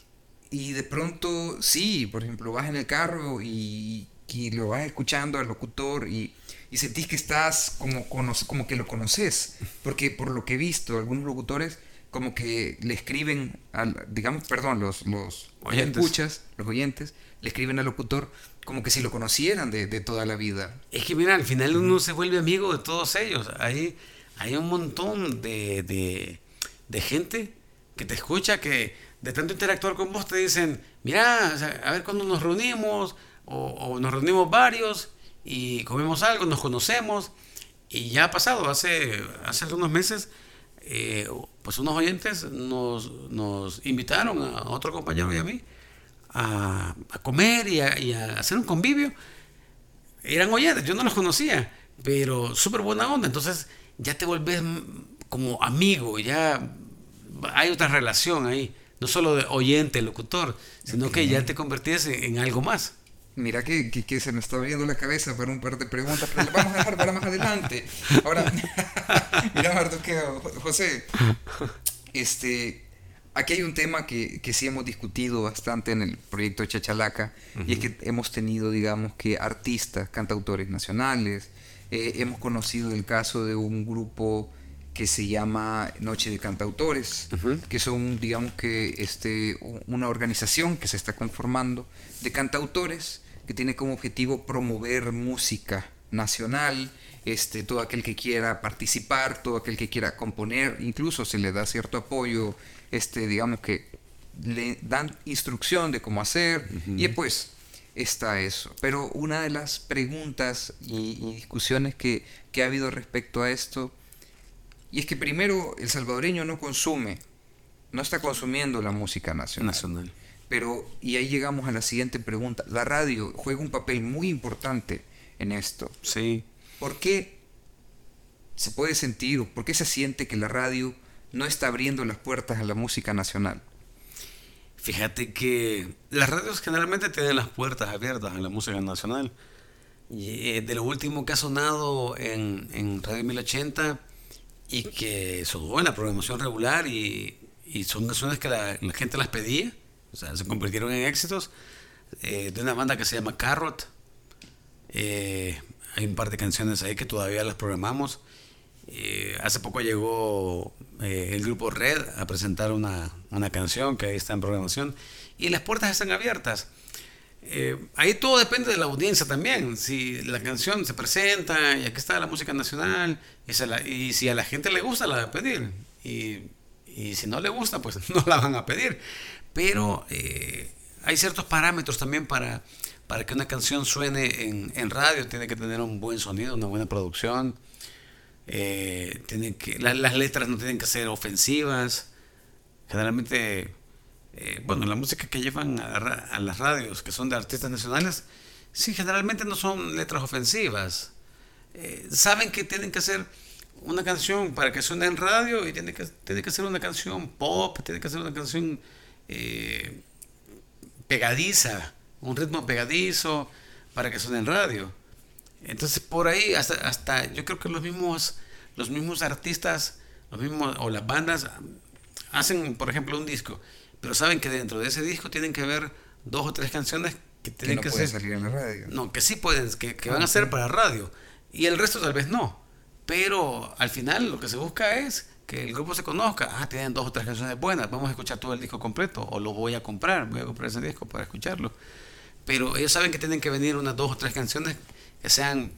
y de pronto, sí, por ejemplo, vas en el carro y lo vas escuchando al locutor y sentís que estás como que lo conoces. Porque por lo que he visto, algunos locutores como que le escriben, digamos, perdón, los Oyentes. escuchas, los oyentes, le escriben al locutor como que si lo conocieran de toda la vida. Es que mira, al final uno se vuelve amigo de todos ellos. Hay un montón de gente que te escucha, que de tanto interactuar con vos te dicen, mira, o sea, a ver cuándo nos reunimos, o nos reunimos varios y comemos algo, nos conocemos. Y ya ha pasado, hace algunos meses, pues unos oyentes nos invitaron a otro compañero y a mí a comer y a hacer un convivio. Eran oyentes, yo no los conocía, pero súper buena onda. Entonces ya te volvés como amigo, ya hay otra relación ahí, no solo de oyente, locutor, sino que ya te convertís en algo más. Mira que se me está abriendo la cabeza para un par de preguntas, pero las vamos a dejar para más adelante. Ahora, mira, Mardoqueo, José, aquí hay un tema que sí hemos discutido bastante en el proyecto Chachalaca, y es que hemos tenido, digamos, que artistas, cantautores nacionales. Hemos conocido el caso de un grupo que se llama Noche de Cantautores, que son, digamos que, una organización que se está conformando de cantautores que tiene como objetivo promover música nacional. Todo aquel que quiera participar, todo aquel que quiera componer, incluso se le da cierto apoyo, digamos que le dan instrucción de cómo hacer, y pues está eso. Pero una de las preguntas y discusiones que ha habido respecto a esto, y es que primero el salvadoreño no está consumiendo la música nacional. Pero, y ahí llegamos a la siguiente pregunta, la radio juega un papel muy importante en esto. Sí. ¿Por qué se puede sentir o por qué se siente que la radio no está abriendo las puertas a la música nacional? Fíjate que las radios generalmente tienen las puertas abiertas a la música nacional. Y, de lo último que ha sonado en Radio 1080 y que sonó en la programación regular y son canciones que la gente las pedía, o sea, se convirtieron en éxitos, de una banda que se llama Carrot. Hay un par de canciones ahí que todavía las programamos. Hace poco llegó el grupo Red a presentar una canción que ahí está en programación y las puertas están abiertas. Ahí todo depende de la audiencia también. Si la canción se presenta y aquí está la música nacional y si a la gente le gusta, la va a pedir, y si no le gusta, pues no la van a pedir. Pero hay ciertos parámetros también para que una canción suene en radio. Tiene que tener un buen sonido, una buena producción. Las letras no tienen que ser ofensivas. Generalmente, la música que llevan a las radios, que son de artistas nacionales, sí, generalmente no son letras ofensivas. Saben que tienen que hacer una canción para que suene en radio, y tiene que ser una canción pop, tiene que ser una canción pegadiza, un ritmo pegadizo para que suene en radio. Entonces por ahí hasta yo creo que los mismos artistas, o las bandas hacen, por ejemplo, un disco, pero saben que dentro de ese disco tienen que haber 2 o 3 canciones que tienen no que pueden ser, salir en la radio. no, que sí pueden, que van a ser para radio, y el resto tal vez no. Pero al final lo que se busca es que el grupo se conozca. Tienen 2 o 3 canciones buenas, vamos a escuchar todo el disco completo, o lo voy a comprar ese disco para escucharlo. Pero ellos saben que tienen que venir unas 2 o 3 canciones que sean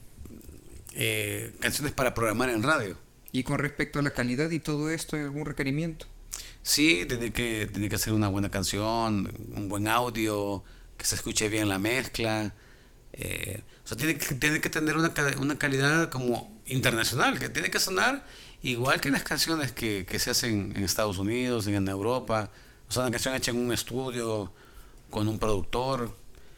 canciones para programar en radio. ¿Y con respecto a la calidad y todo esto, hay algún requerimiento? Sí, tiene que ser una buena canción, un buen audio, que se escuche bien la mezcla. O sea, tiene que tener una calidad como internacional, que tiene que sonar igual que las canciones que se hacen en Estados Unidos, en Europa. O sea, una canción hecha en un estudio, con un productor,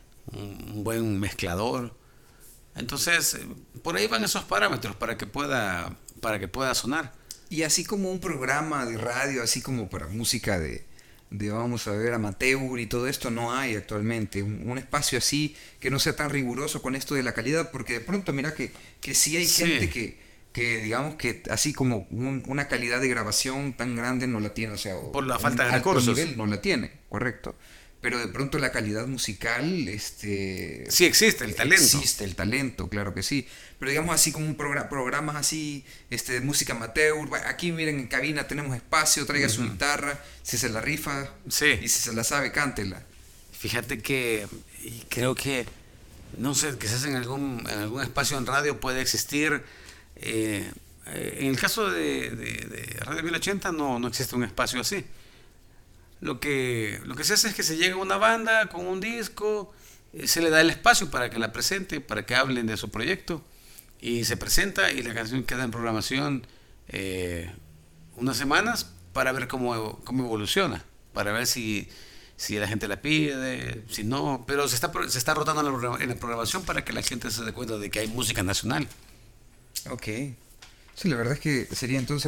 un buen mezclador. Entonces, por ahí van esos parámetros para que pueda sonar. Y así como un programa de radio, así como para música de vamos a ver, amateur y todo esto, no hay actualmente un espacio así que no sea tan riguroso con esto de la calidad, porque de pronto mira que sí hay gente que digamos que así como una calidad de grabación tan grande no la tiene, o sea, por la falta de alto recursos nivel no la tiene, correcto. Pero de pronto la calidad musical, sí existe el talento. Existe el talento, claro que sí. Pero digamos así como programas así, de música amateur. Aquí miren, en cabina tenemos espacio, traiga su guitarra, si se la rifa, sí, y si se la sabe, cántela. Fíjate que creo que, no sé, quizás en algún espacio en radio puede existir. En el caso de Radio 1080 no existe un espacio así. Lo que se hace es que se llega a una banda con un disco, se le da el espacio para que la presente, para que hablen de su proyecto, y se presenta y la canción queda en programación unas semanas para ver cómo evoluciona, para ver si la gente la pide, si no, pero se está rotando en la programación para que la gente se dé cuenta de que hay música nacional. Ok. Sí, la verdad es que sería entonces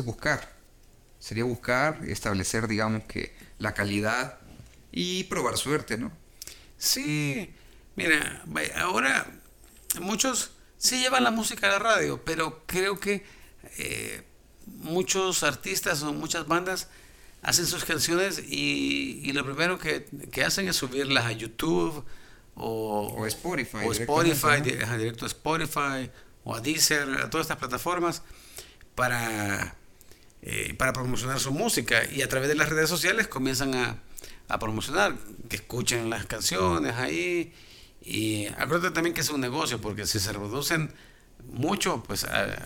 buscar, establecer, digamos que la calidad y probar suerte, ¿no? Sí, Mira, ahora muchos sí llevan la música a la radio, pero creo que muchos artistas o muchas bandas hacen sus canciones y lo primero que hacen es subirlas a YouTube O Spotify. o directamente, Spotify, ¿no? directo a Spotify o a Deezer, a todas estas plataformas para, para promocionar su música y a través de las redes sociales comienzan a promocionar, que escuchen las canciones ahí y acuérdate también que es un negocio porque si se reproducen mucho pues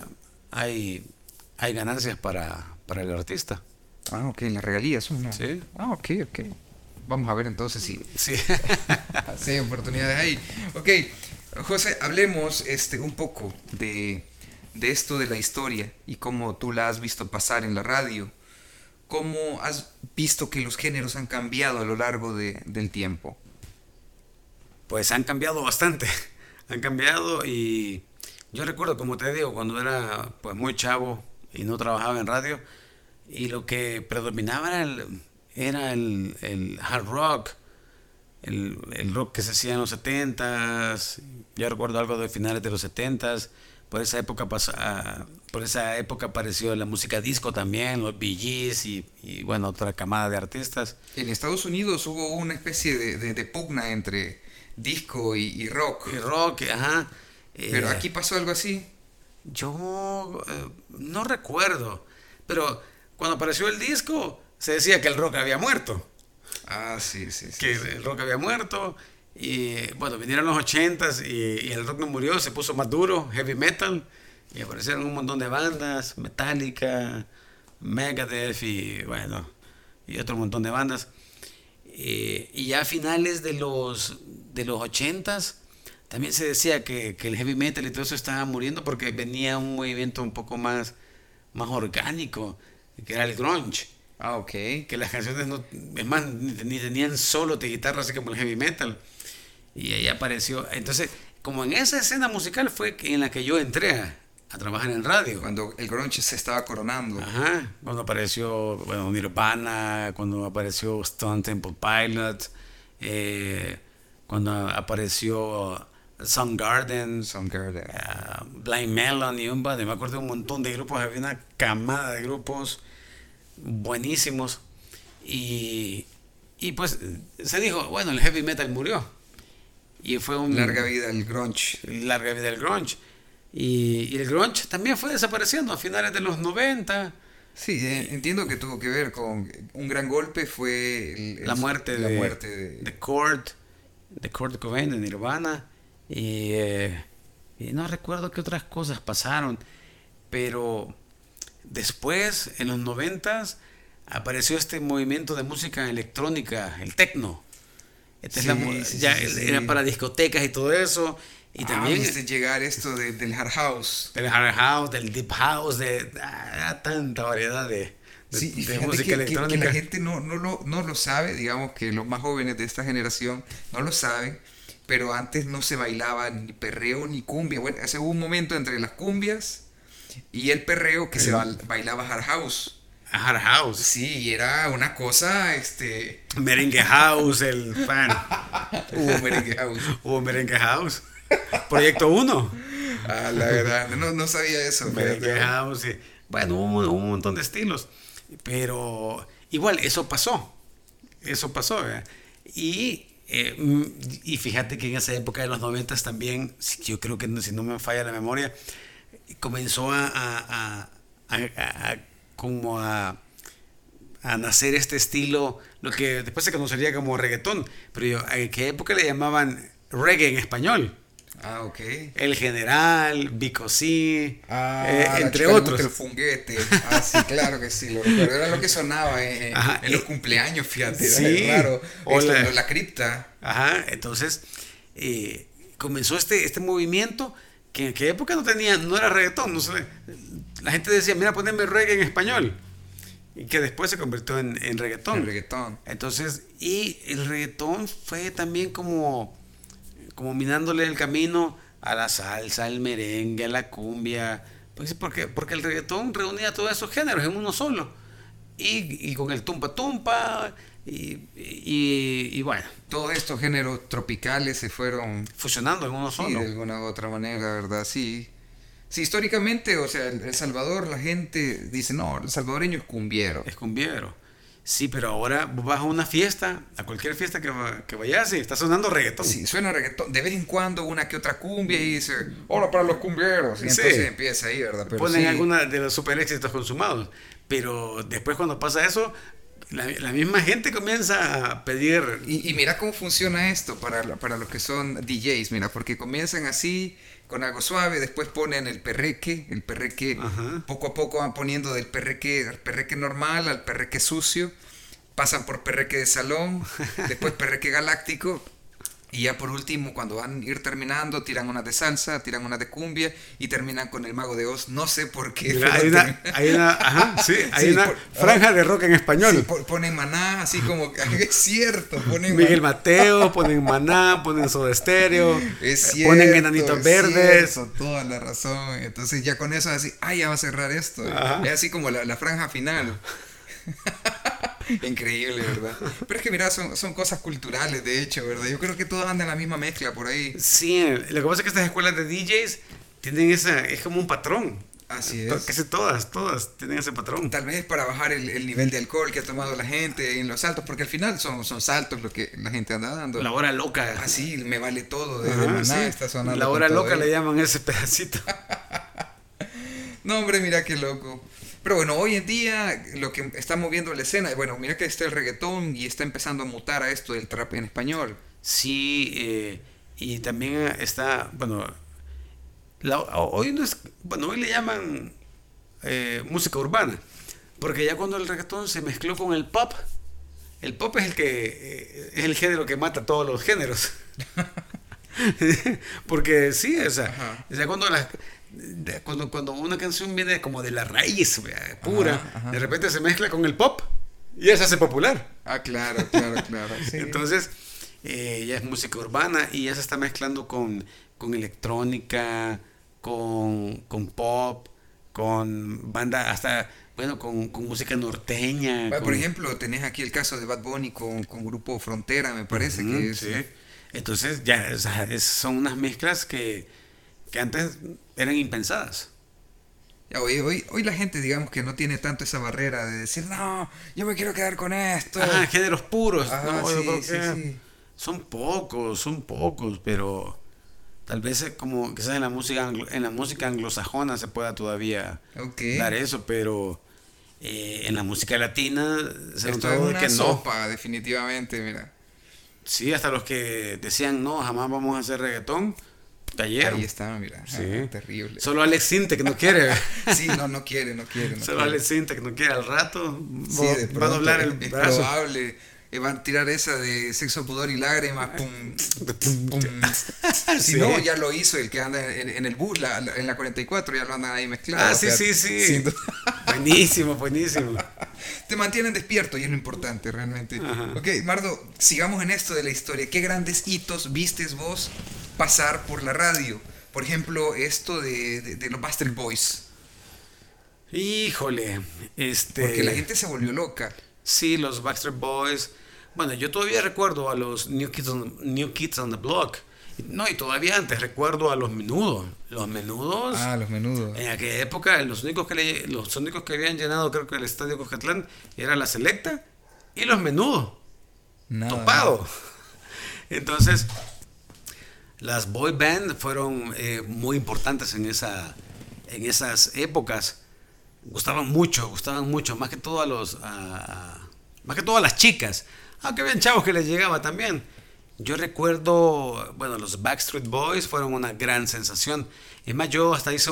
hay ganancias para el artista. Ah, ok, las regalías, ¿no? Sí. Ah, ok, ok. Vamos a ver entonces si, Sí. si hay oportunidades ahí. Ok, José, hablemos un poco de esto de la historia y cómo tú la has visto pasar en la radio. ¿Cómo has visto que los géneros han cambiado a lo largo del tiempo? Pues han cambiado bastante, han cambiado y yo recuerdo, como te digo, cuando era pues muy chavo y no trabajaba en radio y lo que predominaba era el hard rock, el rock que se hacía en los 70s, yo recuerdo algo de finales de los 70s, por esa época apareció la música disco también, los Bee Gees y bueno, otra camada de artistas. En Estados Unidos hubo una especie de pugna entre disco y rock. Y rock, ajá. Pero aquí pasó algo así. Yo no recuerdo, pero cuando apareció el disco se decía que el rock había muerto, Ah, sí, sí, sí. que Sí. el rock había muerto y bueno, vinieron los 80s y el rock no murió, se puso más duro, heavy metal y aparecieron un montón de bandas, Metallica, Megadeth y bueno, y otro montón de bandas. Y ya a finales de los 80s también se decía que el heavy metal y todo eso estaba muriendo porque venía un movimiento un poco más orgánico, que era el grunge. Ah, ok. Que las canciones no, es más, ni tenían solos de guitarra así como el heavy metal. Y ahí apareció. Entonces, como en esa escena musical fue en la que yo entré a trabajar en radio. Cuando el grunge se estaba coronando. Ajá, cuando apareció, bueno, Nirvana, cuando apareció Stone Temple Pilots, cuando apareció Soundgarden, Soundgarden. Blind Melon y me acuerdo de un montón de grupos, había una camada de grupos buenísimos y pues se dijo, bueno, el heavy metal murió y fue un Larga vida el grunge. larga vida del grunge y el grunge también fue desapareciendo a finales de los 90. Sí, entiendo que tuvo que ver con un gran golpe fue La muerte de Kurt Cobain de Nirvana y no recuerdo qué otras cosas pasaron, pero después en los 90s apareció este movimiento de música electrónica, el techno. Esta es ya sí. era para discotecas y todo eso y también viste llegar esto del hard house. del hard house, del deep house, de tanta variedad Sí, y de fíjate música que electrónica. la gente no lo sabe, digamos que los más jóvenes de esta generación no lo saben, pero antes no se bailaba ni perreo ni cumbia. Bueno, hace un momento entre las cumbias y el perreo que se bailaba hard house. Hard house. Sí, y era una cosa, Merengue House, el fan. hubo merengue house. Hubo Merengue House. Proyecto 1. Ah, la verdad, no sabía eso. Merengue fíjate. House. Sí. Bueno, hubo un montón de estilos. Pero igual, eso pasó. Eso pasó. ¿Verdad? Y fíjate que en esa época de los 90 también, yo creo que si no me falla la memoria, comenzó como a nacer este estilo, lo que después se conocería como reggaetón, pero ¿en qué época le llamaban reggae en español? Ah, ok. El General, Vico C, La entre chica le otros. gusta el funguete. Ah, sí, claro que sí, lo recuerdo. Era lo que sonaba Ajá, en los cumpleaños, fíjate. sí, Era raro. o La cripta. Ajá, entonces comenzó este movimiento que en qué época no era reggaetón, no sé, la gente decía, mira, poneme reggae en español, y que después se convirtió en reggaetón. El reggaetón. Entonces, y el reggaetón fue también como minándole el camino a la salsa, al merengue, a la cumbia, pues porque el reggaetón reunía todos esos géneros en uno solo. Y con el tumpa tumpa, y bueno, Todos estos géneros tropicales se fueron, fusionando en uno sí, solo. de alguna u otra manera, ¿verdad? Sí. Sí, históricamente, o sea, El Salvador, la gente dice, no, el salvadoreño es cumbiero. Es cumbiero. Sí, pero ahora vos vas a una fiesta, a cualquier fiesta que vayas y está sonando reggaetón. Sí, suena reggaetón. De vez en cuando una que otra cumbia y dice, hola para los cumbieros. Y Sí. entonces empieza ahí, ¿verdad? Pero Ponen sí. alguna de los super éxitos consumados. Pero después cuando pasa eso, la misma gente comienza a pedir... Y mira cómo funciona esto para los que son DJs, mira, porque comienzan así con algo suave, después ponen el perreque Ajá. poco a poco van poniendo del perreque normal al perreque sucio, pasan por perreque de salón, después perreque galáctico, y ya por último, cuando van a ir terminando, tiran unas de salsa, tiran unas de cumbia y terminan con el Mago de Oz. No sé por qué. Mira, pero ajá, sí, hay Sí, una franja de rock en español. sí, ponen Maná, así como, es cierto, ponen Miguel Mateo, ponen Maná, ponen Soda Stereo, Es cierto, ponen Enanitos es Verdes. cierto, toda la razón. Entonces ya con eso así, ya va a cerrar esto. Ajá. Es así como la franja final. Increíble, ¿verdad? Pero es que mira, son cosas culturales, de hecho, ¿verdad? Yo creo que todos andan en la misma mezcla por ahí. Sí, lo que pasa es que estas escuelas de DJs tienen es como un patrón. Así es. Casi todas tienen ese patrón. Tal vez para bajar el nivel de alcohol que ha tomado la gente en los saltos, porque al final son saltos lo que la gente anda dando. La hora loca. Ah, sí, me vale todo. De Ajá, Maná sí. está sonando. La con hora todo loca ahí. le llaman ese pedacito. No, hombre, mira qué loco. Pero bueno, hoy en día lo que está moviendo la escena, bueno, mira que está el reggaetón y está empezando a mutar a esto del trap en español. Sí, y también está, bueno, hoy no es, bueno, hoy le llaman música urbana, porque ya cuando el reggaetón se mezcló con el pop es el que es el género que mata todos los géneros. Porque sí, o sea, Ajá. cuando una canción viene como de la raíz, vea, pura, Ajá. de repente se mezcla con el pop y ya se hace popular. Ah, claro. Sí. Entonces, ya es música urbana y ya se está mezclando con electrónica, con pop, con banda, hasta, bueno, con música norteña. Bueno, por ejemplo, tenés aquí el caso de Bad Bunny con Grupo Frontera, me parece que es. Sí. Entonces, ya, o sea, son unas mezclas que antes eran impensadas. Ya, hoy la gente, digamos que no tiene tanto esa barrera de decir, no, yo me quiero quedar con esto. Ajá, géneros puros. Ajá, No, yo sí, creo que sí. son pocos, pero tal vez como quizás en la música anglosajona se pueda todavía Ok. dar eso, pero en la música latina se Esto notó es de una que no. sopa, definitivamente, mira. Sí, hasta los que decían no, jamás vamos a hacer reggaetón, cayeron. Ahí está, mira. Sí. Terrible. Solo Alex Sintek no quiere. Sí, no quiere. No Solo quiere. Alex Sintek no quiere. Al rato Sí, de va a pronto doblar el es brazo. probable. Van a tirar esa de sexo, pudor y lágrimas. Pum, pum. Si Sí. no, ya lo hizo el que anda en el bus, en la 44, ya lo andan ahí mezclado. Ah, o sea, sí. sin duda. Buenísimo. Te mantienen despierto y es lo importante realmente. Ajá. Ok, Mardo, sigamos en esto de la historia. ¿Qué grandes hitos vistes vos pasar por la radio? Por ejemplo, esto de los Backstreet Boys. Híjole, Porque la gente se volvió loca. Sí, los Backstreet Boys. Bueno, yo todavía recuerdo a los New Kids on the Block. No, y todavía antes recuerdo a los Menudos. Los Menudos. Los menudos. En aquella época, los únicos que habían llenado, creo que el Estadio Cuscatlán, era la Selecta y los Menudos. Nada. Topado. Entonces, las boy band fueron muy importantes en esas épocas. Gustaban mucho, más que todo más que todo a las chicas, aunque habían chavos que les llegaba también. Yo recuerdo, bueno, los Backstreet Boys fueron una gran sensación. Es más, yo hasta hice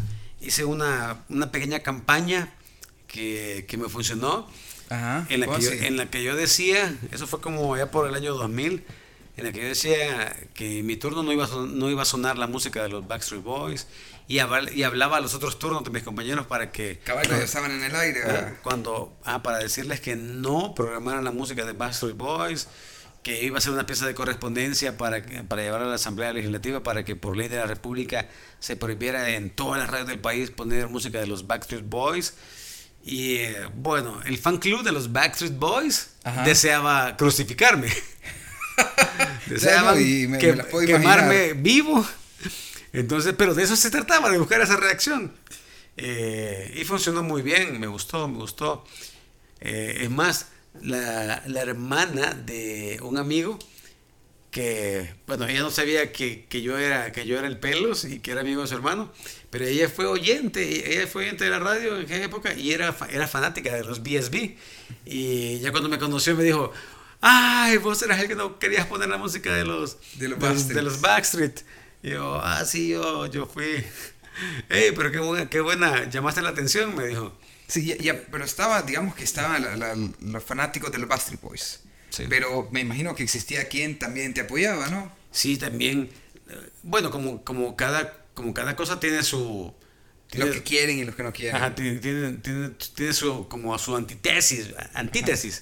una pequeña campaña que me funcionó, Ajá. en la que yo decía, eso fue como ya por el año 2000, en la que yo decía que en mi turno no iba a sonar la música de los Backstreet Boys y hablaba a los otros turnos de mis compañeros para que Caballos estaban en el aire. ¿Verdad? para decirles que no programaran la música de Backstreet Boys, que iba a ser una pieza de correspondencia para llevar a la Asamblea Legislativa para que por ley de la República se prohibiera en todas las radios del país poner música de los Backstreet Boys. Y bueno, el fan club de los Backstreet Boys Ajá. deseaba crucificarme. Deseaban me las puedo quemarme imaginar. vivo. Entonces, pero de eso se trataba, de buscar esa reacción. Y funcionó muy bien, me gustó, me gustó. Es más, la hermana de un amigo que, bueno, ella no sabía que yo era el Pelos y que era amigo de su hermano, pero ella fue oyente de la radio en aquella época y era fanática de los BSB. Y ya cuando me conoció me dijo, ay, vos eras el que no querías poner la música de los Backstreet. Y yo, sí, yo fui. Hey, pero qué buena, llamaste la atención, me dijo. Sí, pero digamos que estaban los fanáticos de los Backstreet Boys. Sí. Pero me imagino que existía quien también te apoyaba, ¿no? Sí, también. Bueno, como cada cosa tiene su. Los que quieren y los que no quieren. Ajá, tiene su antítesis.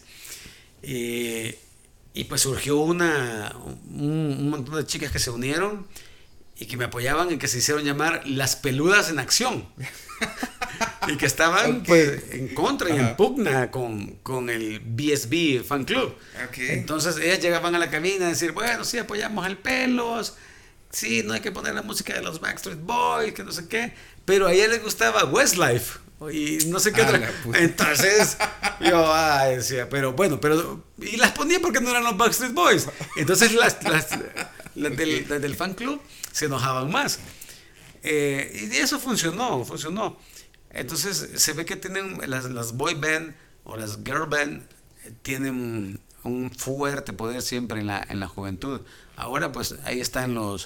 Y pues surgió un montón de chicas que se unieron y que me apoyaban y que se hicieron llamar las peludas en acción. Y que estaban Ok. pues en contra y Ajá. en pugna con el BSB fan club. Ok. Entonces ellas llegaban a la cabina a decir, bueno, sí, apoyamos al Pelos, sí, no hay que poner la música de los Backstreet Boys, que no sé qué, pero a ella les gustaba Westlife y no sé qué otra. La puta. Entonces yo decía, pero bueno, y las ponía porque no eran los Backstreet Boys. Entonces las del fan club se enojaban más. Y eso funcionó. Entonces se ve que tienen las boy band o las girl band tienen un fuerte poder siempre en la juventud. Ahora pues ahí están los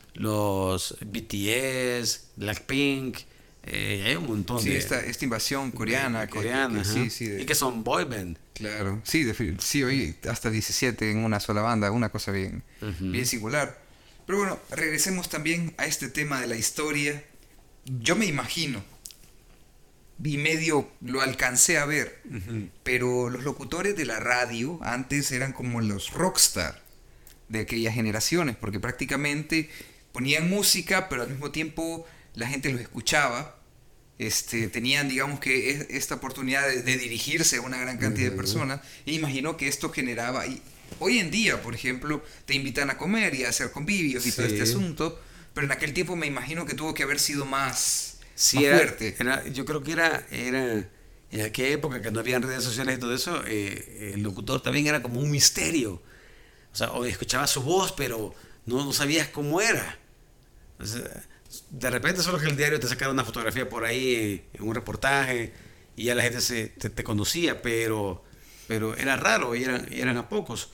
BTS, Blackpink, hay un montón Sí, de esta invasión coreana. coreana, sí, sí. y que son boy band. Claro, sí, sí, oye, hasta 17 en una sola banda, una cosa bien, bien singular. Pero bueno, regresemos también a este tema de la historia. Yo me imagino, y medio lo alcancé a ver, pero los locutores de la radio antes eran como los rockstar de aquellas generaciones, porque prácticamente ponían música, pero al mismo tiempo la gente los escuchaba. Tenían, digamos que esta oportunidad de dirigirse a una gran cantidad de personas, y imagino que esto generaba, y hoy en día, por ejemplo, te invitan a comer y a hacer convivios y todo este asunto, pero en aquel tiempo me imagino que tuvo que haber sido más fuerte. Yo creo que era en aquella época que no habían redes sociales y todo eso, el locutor también era como un misterio. O sea, o escuchabas su voz, pero no sabías cómo era. O sea, de repente solo que el diario te sacara una fotografía por ahí en un reportaje y ya la gente te conocía, pero era raro y eran a pocos.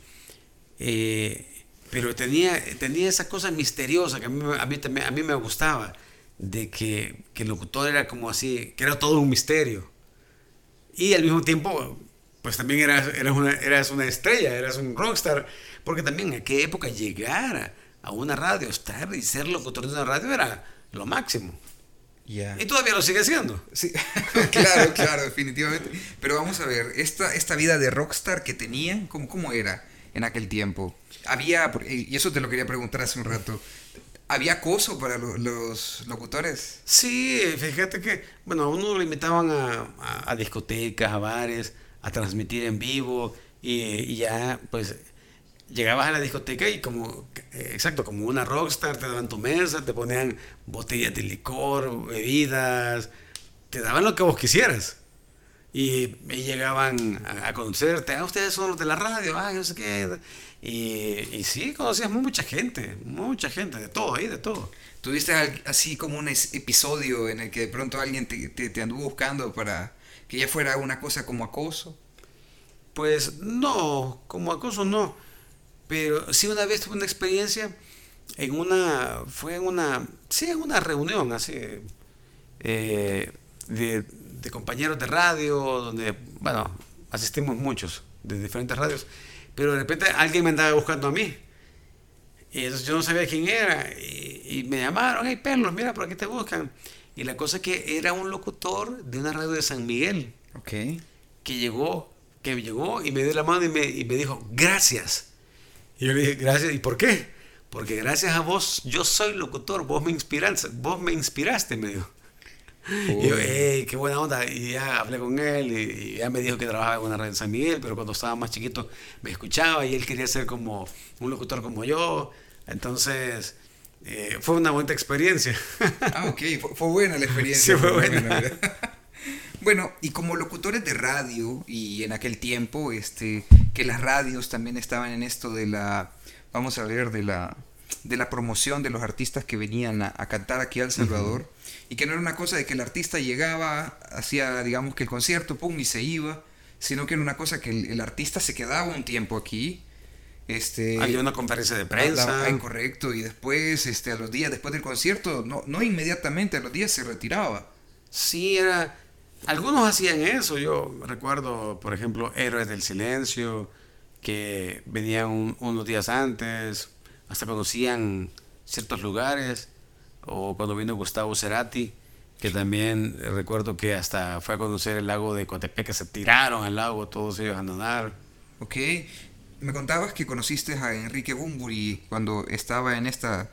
Pero tenía esa cosa misteriosa que a mí me gustaba, de que el locutor era como así, que era todo un misterio. Y al mismo tiempo, pues también eras una estrella, eras un rockstar, porque también en qué época llegar a una radio, estar y ser locutor de una radio era lo máximo. Yeah. Y todavía lo sigue siendo. Sí, claro, definitivamente. Pero vamos a ver, esta vida de rockstar que tenían, ¿cómo era en aquel tiempo? Y eso te lo quería preguntar hace un rato, ¿había acoso para los locutores? Sí, fíjate que, bueno, a uno lo invitaban a discotecas, a bares, a transmitir en vivo y ya, pues, llegabas a la discoteca y como una rockstar, te daban tu mesa, te ponían botellas de licor, bebidas, te daban lo que vos quisieras. Y llegaban a conocerte, ustedes son los de la radio, no sé qué. Y sí, conocías mucha gente, de todo, ahí de todo. ¿Tuviste así como un episodio en el que de pronto alguien te anduvo buscando para que ya fuera una cosa como acoso? Pues no, como acoso no. Pero sí una vez tuve una experiencia en una reunión así de compañeros de radio, donde, bueno, asistimos muchos de diferentes radios, pero de repente alguien me andaba buscando a mí. Y entonces yo no sabía quién era y me llamaron, hey Perlos, mira, por aquí te buscan. Y la cosa es que era un locutor de una radio de San Miguel. Ok. Que llegó y me dio la mano y me dijo, gracias. Y yo le dije, gracias, ¿y por qué? Porque gracias a vos yo soy locutor, vos me inspiraste, me dijo. Y yo, hey, qué buena onda. Y ya hablé con él y ya me dijo que trabajaba en una radio en San Miguel, pero cuando estaba más chiquito me escuchaba y él quería ser como un locutor como yo. Entonces, fue una buena experiencia. Ah, ok, fue buena la experiencia. Sí, fue buena. ¿Verdad? Bueno, y como locutores de radio, y en aquel tiempo, que las radios también estaban en esto de la, vamos a ver, de la promoción de los artistas que venían a cantar aquí a El Salvador, y que no era una cosa de que el artista llegaba, hacía, digamos, que el concierto, pum, y se iba, sino que era una cosa que el artista se quedaba un tiempo aquí. Había una conferencia de prensa. Incorrecto, y después, a los días después del concierto, no inmediatamente, a los días se retiraba. Sí, era. Algunos hacían eso. Yo recuerdo, por ejemplo, Héroes del Silencio, que venían unos días antes, hasta conocían ciertos lugares. O cuando vino Gustavo Cerati, que también recuerdo que hasta fue a conocer el lago de Coatepec, se tiraron al lago todos ellos a nadar. Ok, me contabas que conociste a Enrique Bunbury cuando estaba en esta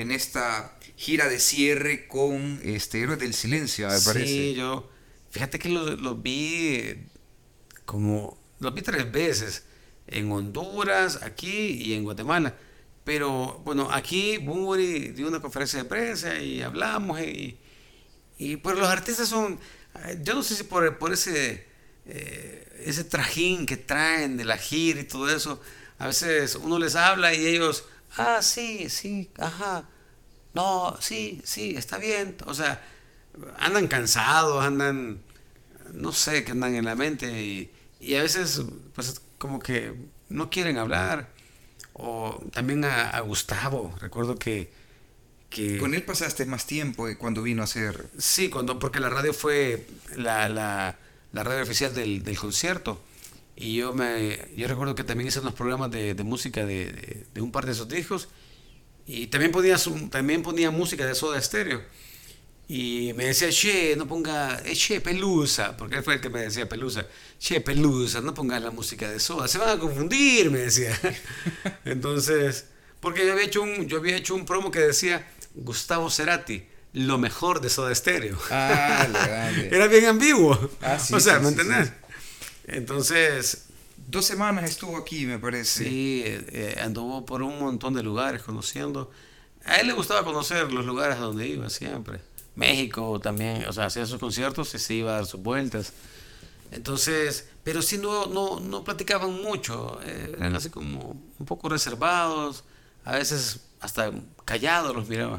gira de cierre con Héroes del Silencio, me parece. Sí, fíjate que los vi los vi 3 veces, en Honduras, aquí y en Guatemala. Pero bueno, aquí Bunbury dio una conferencia de prensa y hablamos y pues los artistas son, yo no sé si por ese trajín que traen de la gira y todo eso, a veces uno les habla y ellos, sí, sí, ajá, no, sí, sí, está bien, o sea, andan cansados, no sé, qué andan en la mente y a veces pues como que no quieren hablar. O también a Gustavo, recuerdo que con él pasaste más tiempo cuando vino a hacer. Sí, porque la radio fue la radio oficial del concierto. Y yo recuerdo que también hice unos programas de música de un par de esos discos. Y también ponía música de Soda Stereo. Y me decía, che, no ponga, che, Pelusa, porque él fue el que me decía Pelusa, che, Pelusa, no pongas la música de Soda, se van a confundir, me decía. Entonces, porque yo había hecho un promo que decía Gustavo Cerati, lo mejor de Soda Stereo. Era bien ambiguo. Sí, o sea, sí, ¿me sí, entendés? sí. Entonces, 2 semanas estuvo aquí, me parece. sí, anduvo por un montón de lugares conociendo. A él le gustaba conocer los lugares a donde iba siempre. México también, o sea, hacía sus conciertos y se iba a dar sus vueltas. Entonces, pero sí no platicaban mucho, eran así como un poco reservados, a veces hasta callados los miraba.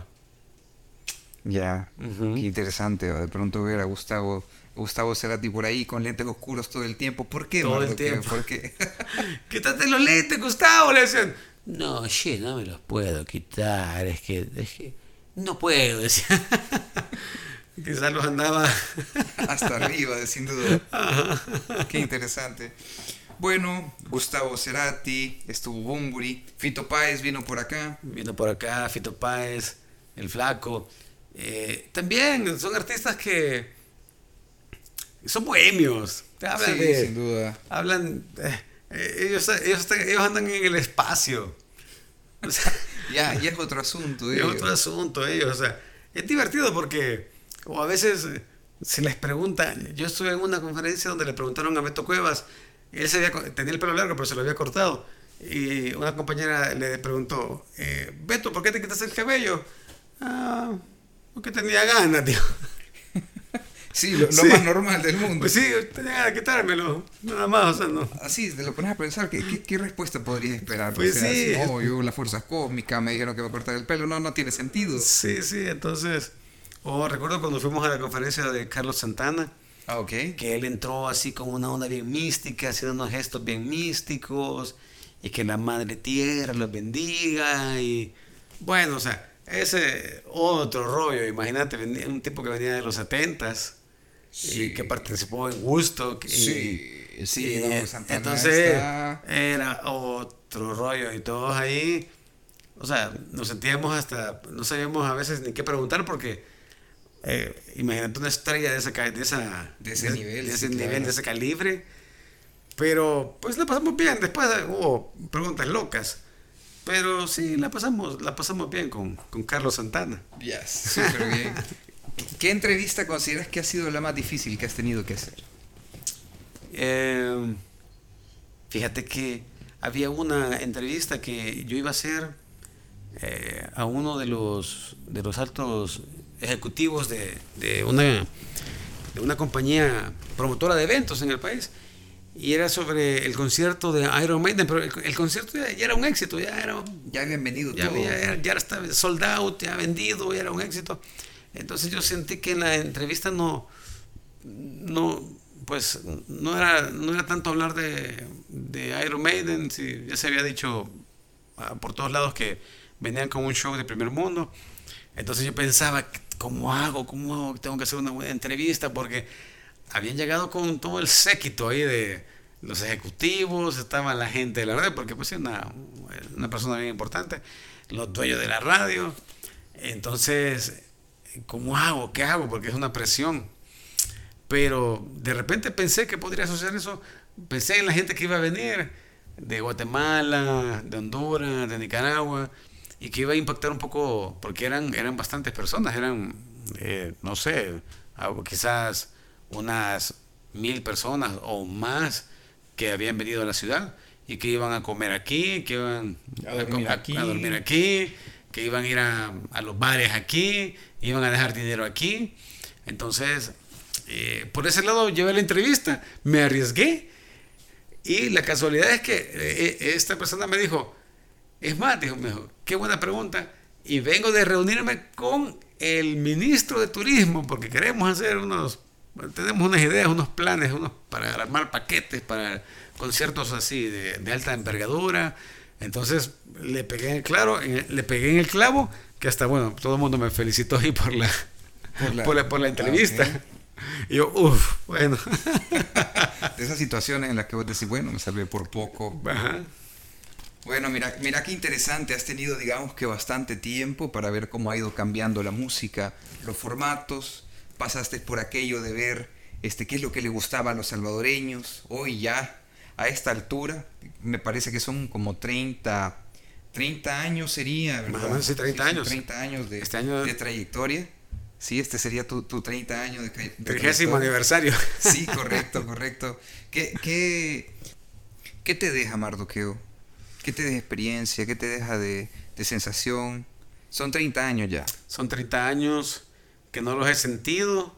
Ya, qué interesante, de pronto ver a Gustavo Cerati por ahí con lentes oscuros todo el tiempo. ¿Por qué, Todo Mardo? el tiempo. ¿Por qué? Quítate los lentes, Gustavo, le decían. No, no me los puedo quitar, es que no puedo, decía. Quizás los andaba hasta arriba, sin duda. Qué interesante. Bueno, Gustavo Cerati, estuvo Bunbury, Fito Páez vino por acá. Vino por acá, Fito Páez, El Flaco. También son artistas que son bohemios. Sí, sin duda. Hablan, ellos andan en el espacio. O sea, ya es otro asunto. Es otro asunto ellos. O sea, es divertido porque o a veces se les pregunta. Yo estuve en una conferencia donde le preguntaron a Beto Cuevas. Él tenía el pelo largo, pero se lo había cortado. Y una compañera le preguntó, Beto, ¿por qué te quitas el cabello? Porque tenía ganas, tío. Sí, lo más normal del mundo. Pues sí, tenía ganas de quitármelo, nada más, o sea, no. Así, te lo pones a pensar, ¿qué respuesta podrías esperar? Pues o sea, sí. No, yo las fuerzas cósmicas me dijeron que me cortar el pelo, no tiene sentido. Sí, entonces, recuerdo cuando fuimos a la conferencia de Carlos Santana, ok. que él entró así con una onda bien mística, haciendo unos gestos bien místicos, y que la Madre Tierra los bendiga, y bueno, o sea, ese otro rollo, imagínate, un tipo que venía de los 70s, sí. Y que participó en Woodstock. Sí, no, Santana entonces era otro rollo y todos ahí, o sea, nos sentíamos no sabíamos a veces ni qué preguntar porque imagínate una estrella de ese nivel, de ese calibre, pero pues la pasamos bien. Después hubo preguntas locas, pero sí la pasamos bien con Carlos Santana. Yes, súper bien. ¿Qué entrevista consideras que ha sido la más difícil que has tenido que hacer? Fíjate que había una entrevista que yo iba a hacer a uno de los altos ejecutivos de una compañía promotora de eventos en el país. Y era sobre el concierto de Iron Maiden, pero el concierto ya era un éxito, Ya habían vendido ya, todo. ya estaba sold out, ya vendido, ya era un éxito. Entonces yo sentí que en la entrevista pues no era tanto hablar de Iron Maiden, si ya se había dicho por todos lados que venían con un show de primer mundo. Entonces yo pensaba, ¿cómo hago? Tengo que hacer una buena entrevista? Porque habían llegado con todo el séquito ahí de los ejecutivos, estaba la gente de la radio, porque pues es una persona bien importante, los dueños de la radio. Entonces, ¿cómo hago? ¿Qué hago? Porque es una presión. Pero de repente pensé que podría suceder eso. Pensé en la gente que iba a venir de Guatemala, de Honduras, de Nicaragua, y que iba a impactar un poco, porque eran bastantes personas, no sé, quizás unas 1,000 personas o más que habían venido a la ciudad y que iban a comer aquí, que iban a dormir aquí, que iban a ir a los bares aquí, iban a dejar dinero aquí. Entonces, por ese lado llevé la entrevista, me arriesgué y la casualidad es que esta persona me dijo, me dijo, qué buena pregunta, y vengo de reunirme con el ministro de Turismo porque queremos hacer tenemos unas ideas, unos planes, para armar paquetes para conciertos así de alta envergadura. Entonces le pegué en el clavo, que hasta todo el mundo me felicitó ahí por la entrevista. Okay. Y yo, bueno. De esas situaciones en las que vos decís, bueno, me salvé por poco. Ajá. Bueno, mira qué interesante. Has tenido, digamos que bastante tiempo para ver cómo ha ido cambiando la música, los formatos. Pasaste por aquello de ver qué es lo que le gustaba a los salvadoreños. Hoy ya, a esta altura, me parece que son como 30 años sería, ¿verdad? Sí, 30 años. 30 años de trayectoria. Sí, este sería tu 30 años de 30º aniversario. Sí, correcto. ¿Qué te deja, Mardoqueo? ¿Qué te deja experiencia? ¿Qué te deja de sensación? Son 30 años ya. Son 30 años que no los he sentido.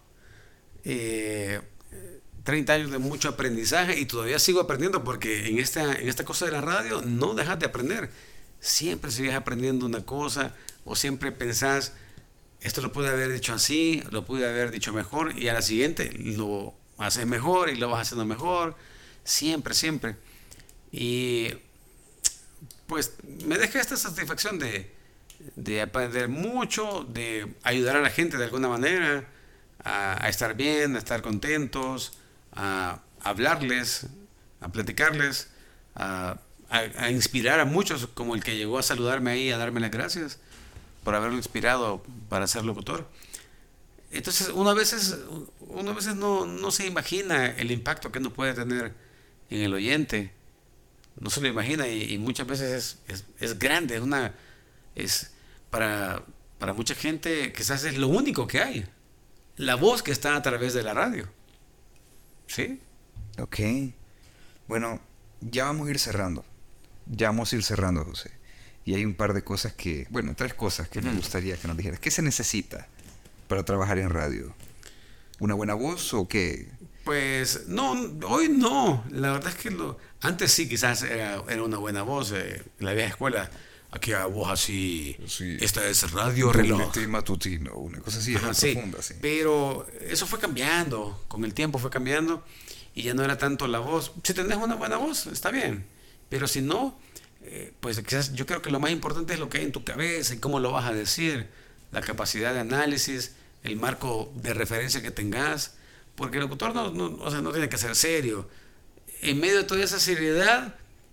30 años de mucho aprendizaje y todavía sigo aprendiendo porque en esta cosa de la radio no dejas de aprender. Siempre sigues aprendiendo una cosa o siempre pensás, esto lo pude haber dicho así, lo pude haber dicho mejor y a la siguiente lo haces mejor y lo vas haciendo mejor. Siempre. Y pues me deja esta satisfacción de aprender mucho, de ayudar a la gente de alguna manera a estar bien, a estar contentos, a hablarles, a platicarles, a inspirar a muchos, como el que llegó a saludarme ahí, a darme las gracias por haberlo inspirado para ser locutor. Entonces uno a veces no se imagina el impacto que uno puede tener en el oyente, no se lo imagina y muchas veces es grande, es para mucha gente quizás es lo único que hay, la voz que está a través de la radio. ¿Sí? Ok. Bueno, ya vamos a ir cerrando, José. Y hay un par de cosas tres cosas que me gustaría que nos dijeras. ¿Qué se necesita para trabajar en radio? ¿Una buena voz o qué? Pues no, hoy no. La verdad es que antes sí quizás era una buena voz. En la vieja escuela, aquella voz así, sí. Esta es Radio Reloj. Matutino, una cosa así, profunda. Sí. Pero eso fue cambiando, con el tiempo fue cambiando y ya no era tanto la voz. Si tenés una buena voz, está bien. Pero si no, pues quizás yo creo que lo más importante es lo que hay en tu cabeza y cómo lo vas a decir, la capacidad de análisis, el marco de referencia que tengas. Porque el locutor no tiene que ser serio. En medio de toda esa seriedad,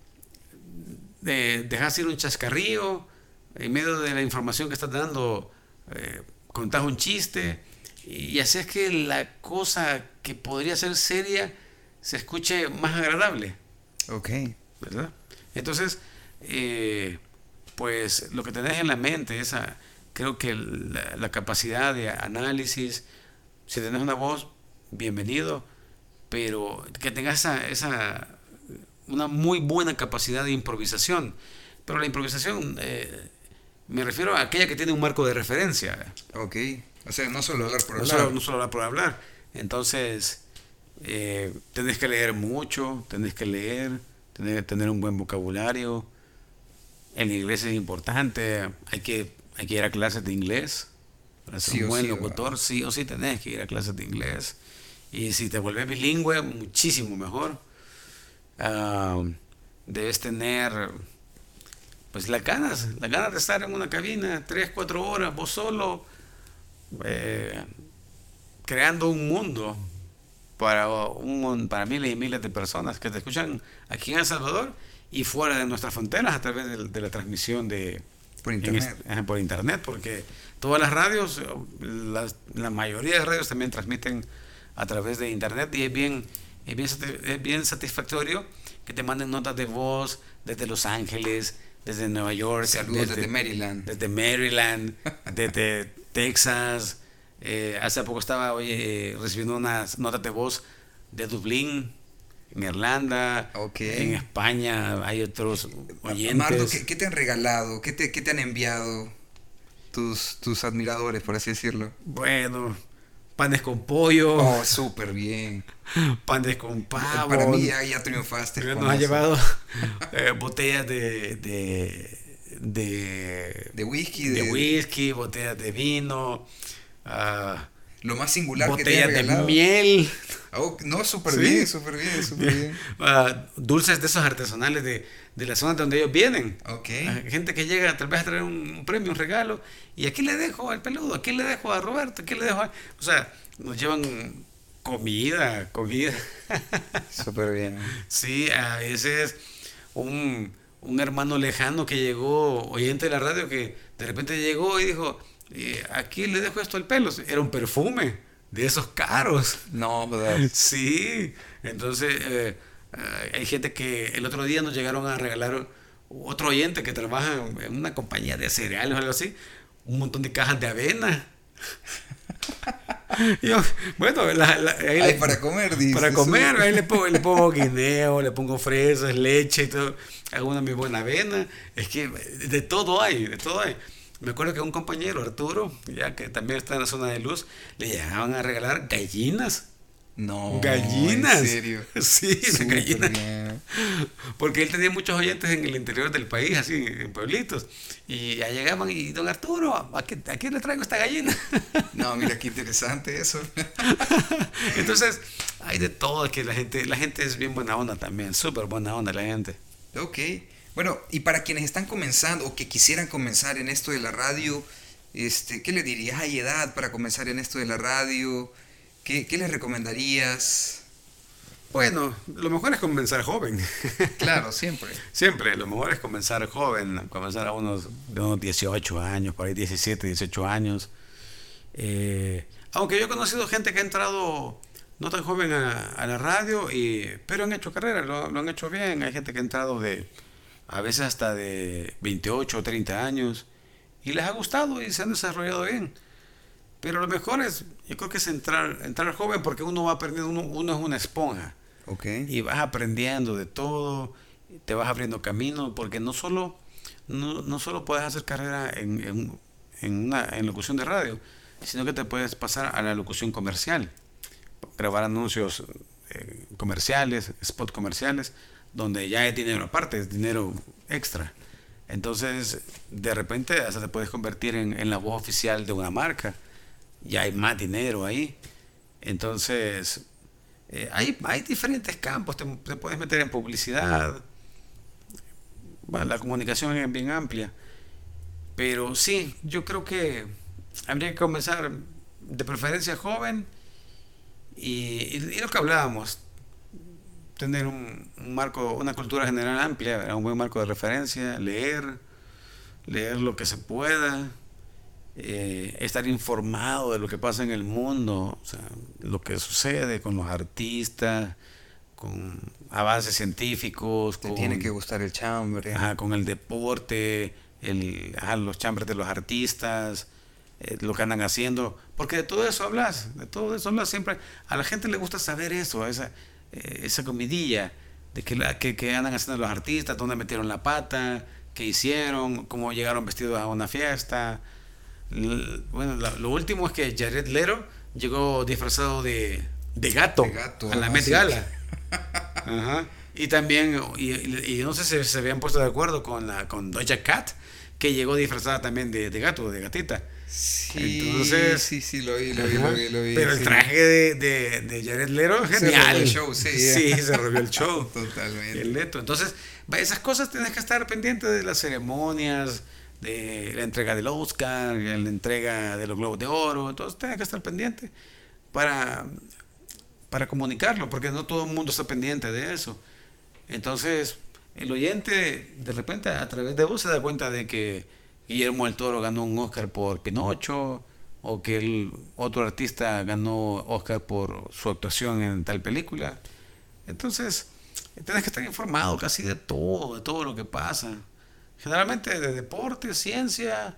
dejas ir un chascarrillo, en medio de la información que estás dando, contás un chiste, y así es que la cosa que podría ser seria se escuche más agradable. Ok. ¿Verdad? Entonces, pues lo que tenés en la mente, creo que la capacidad de análisis, si tenés una voz, bienvenido, pero que tengas una muy buena capacidad de improvisación. Pero la improvisación, me refiero a aquella que tiene un marco de referencia. Ok. O sea, no solo hablar por No hablar. solo, no solo hablar por hablar. Entonces, tenés que leer mucho, tenés que leer, tenés que tener un buen vocabulario. El inglés es importante, hay que ir a clases de inglés. Para ser Sí un o buen sí, locutor, sí o sí tenés que ir a clases de inglés. Y si te vuelves bilingüe, muchísimo mejor. Ah, debes tener pues las ganas de estar en una cabina 3, 4 horas, vos solo, eh, creando un mundo para miles y miles de personas que te escuchan aquí en El Salvador y fuera de nuestras fronteras a través de la transmisión Por internet. por internet, porque todas las radios, la mayoría de radios también transmiten a través de internet y es bien satisfactorio que te manden notas de voz desde Los Ángeles, desde Nueva York, Saludos desde Maryland. desde Maryland, desde Texas. Hace poco estaba recibiendo unas notas de voz de Dublín, en Irlanda, Ok. en España. Hay otros oyentes. Mardo, ¿qué te han regalado? ¿Qué te han enviado tus admiradores, por así decirlo? Bueno, panes con pollo, Oh, súper bien. panes con pavo. Para mí ya triunfaste. Nos con ha eso. llevado botellas de De whisky, de whisky, botellas de vino, lo más singular que te han botellas de regalado. miel. Oh, no, súper Sí. bien, súper bien, súper bien. Dulces de esos artesanales de las zonas de donde ellos vienen. Ok. Gente que llega tal vez a traer un premio, un regalo, y aquí le dejo al peludo, aquí le dejo a Roberto, aquí le dejo a... O sea, nos llevan comida. Súper bien. Sí, a veces un hermano lejano que llegó, oyente de la radio, que de repente llegó y dijo, aquí le dejo esto al pelo. Era un perfume de esos caros. No, ¿verdad? Sí, entonces hay gente que el otro día nos llegaron a regalar, otro oyente que trabaja en una compañía de cereales o algo así, un montón de cajas de avena. Y yo, bueno, ahí Ay, para comer, dice. para comer, ahí le pongo guineo, le pongo fresas, leche y todo, hago una muy buena avena. Es que de todo hay, de todo hay. Me acuerdo que un compañero, Arturo, ya que también está en la zona de luz, le llegaban a regalar gallinas. No, Gallinas. en serio. Sí, Súper gallinas. bien. Porque él tenía muchos oyentes en el interior del país, así, en pueblitos. Y ya llegaban y, don Arturo, aquí le traigo esta gallina. No, mira qué interesante eso. Entonces, hay de todo, que la gente es bien buena onda también, súper buena onda la gente. Ok. Bueno, y para quienes están comenzando o que quisieran comenzar en esto de la radio, ¿qué le dirías? ¿Hay edad para comenzar en esto de la radio? ¿Qué les recomendarías? Bueno, lo mejor es comenzar joven. Claro, siempre. Siempre, lo mejor es comenzar joven, comenzar de unos 18 años, por ahí 17, 18 años. Aunque yo he conocido gente que ha entrado no tan joven a la radio, pero han hecho carrera, lo han hecho bien. Hay gente que ha entrado a veces hasta de 28 o 30 años y les ha gustado y se han desarrollado bien. Pero lo mejor yo creo que es entrar joven, porque uno va aprendiendo, uno es una esponja. Ok. Y vas aprendiendo de todo, te vas abriendo camino, porque no solo puedes hacer carrera en locución de radio, sino que te puedes pasar a la locución comercial, grabar anuncios comerciales, spot comerciales, donde ya es dinero aparte, es dinero extra. Entonces, de repente, hasta te puedes convertir en la voz oficial de una marca, ya hay más dinero ahí. Entonces, hay diferentes campos, te puedes meter en publicidad. Bueno, la comunicación es bien amplia, pero sí, yo creo que habría que comenzar de preferencia joven y lo que hablábamos, tener un marco, una cultura general amplia, un buen marco de referencia, leer lo que se pueda, estar informado de lo que pasa en el mundo, o sea, lo que sucede con los artistas, con avances científicos, Te tiene que gustar el chambre. con el deporte, los chambres de los artistas, lo que andan haciendo, porque de todo eso hablas siempre. A la gente le gusta saber eso, esa comidilla de que andan haciendo los artistas, dónde metieron la pata, qué hicieron, cómo llegaron vestidos a una fiesta. Bueno, lo último es que Jared Leto llegó disfrazado de gato a la Met Gala. Ajá. Y también, y no sé si se habían puesto de acuerdo con Doja Cat, que llegó disfrazada también de gato, de gatita. Sí, entonces, sí, lo vi. Pero el traje de Jared Leto es genial. Se robió el show, sí, se robió el show. Totalmente. El Leto. Entonces, esas cosas tienes que estar pendiente de las ceremonias, de la entrega del Oscar, la entrega de los Globos de Oro. Entonces, tienes que estar pendiente para comunicarlo, porque no todo el mundo está pendiente de eso. Entonces, el oyente, de repente, a través de vos se da cuenta de que Guillermo del Toro ganó un Oscar por Pinocho, o que el otro artista ganó Oscar por su actuación en tal película. Entonces, tienes que estar informado casi de todo lo que pasa. Generalmente de deporte, ciencia,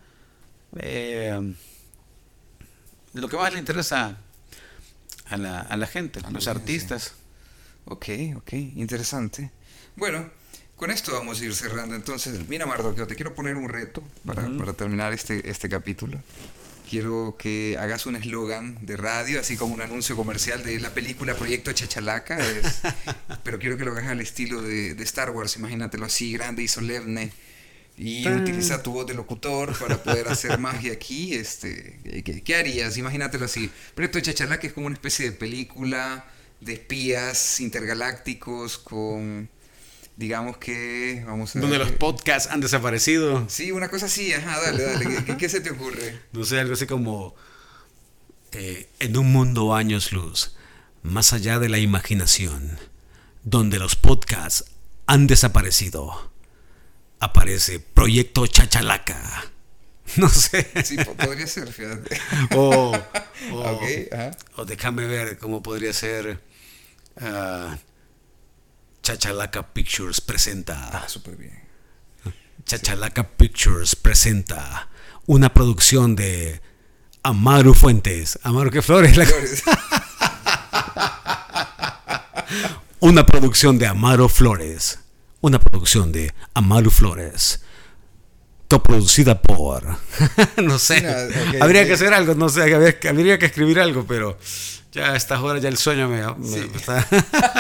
de lo que más le interesa a la gente, a los artistas. Ok, interesante. Bueno, con esto vamos a ir cerrando. Entonces, mira, Mardoqueo, te quiero poner un reto para terminar este capítulo. Quiero que hagas un eslogan de radio, así como un anuncio comercial de la película Proyecto Chachalaca. Pero quiero que lo hagas al estilo de Star Wars, imagínatelo así, grande y solemne. Y utiliza tu voz de locutor para poder hacer magia aquí. ¿Qué harías? Imagínatelo así. Proyecto Chachalaca es como una especie de película de espías intergalácticos con... Digamos que, vamos a donde ver, los podcasts han desaparecido. Sí, una cosa así, ajá, dale. ¿Qué se te ocurre? No sé, algo así como en un mundo años luz, más allá de la imaginación, donde los podcasts han desaparecido, aparece Proyecto Chachalaca. No sé. Sí, podría ser, fíjate. Okay, o déjame ver cómo podría ser... Chachalaca Pictures presenta. Súper bien. Chachalaca Pictures presenta una producción de Amaru Fuentes. ¿Amaru qué Flores? Flores. Una producción de Amaru Flores. Una producción de Amaru Flores. Coproducida por... no sé. No, habría que hacer algo, no sé. Habría que escribir algo, pero ya a estas horas ya el sueño me está...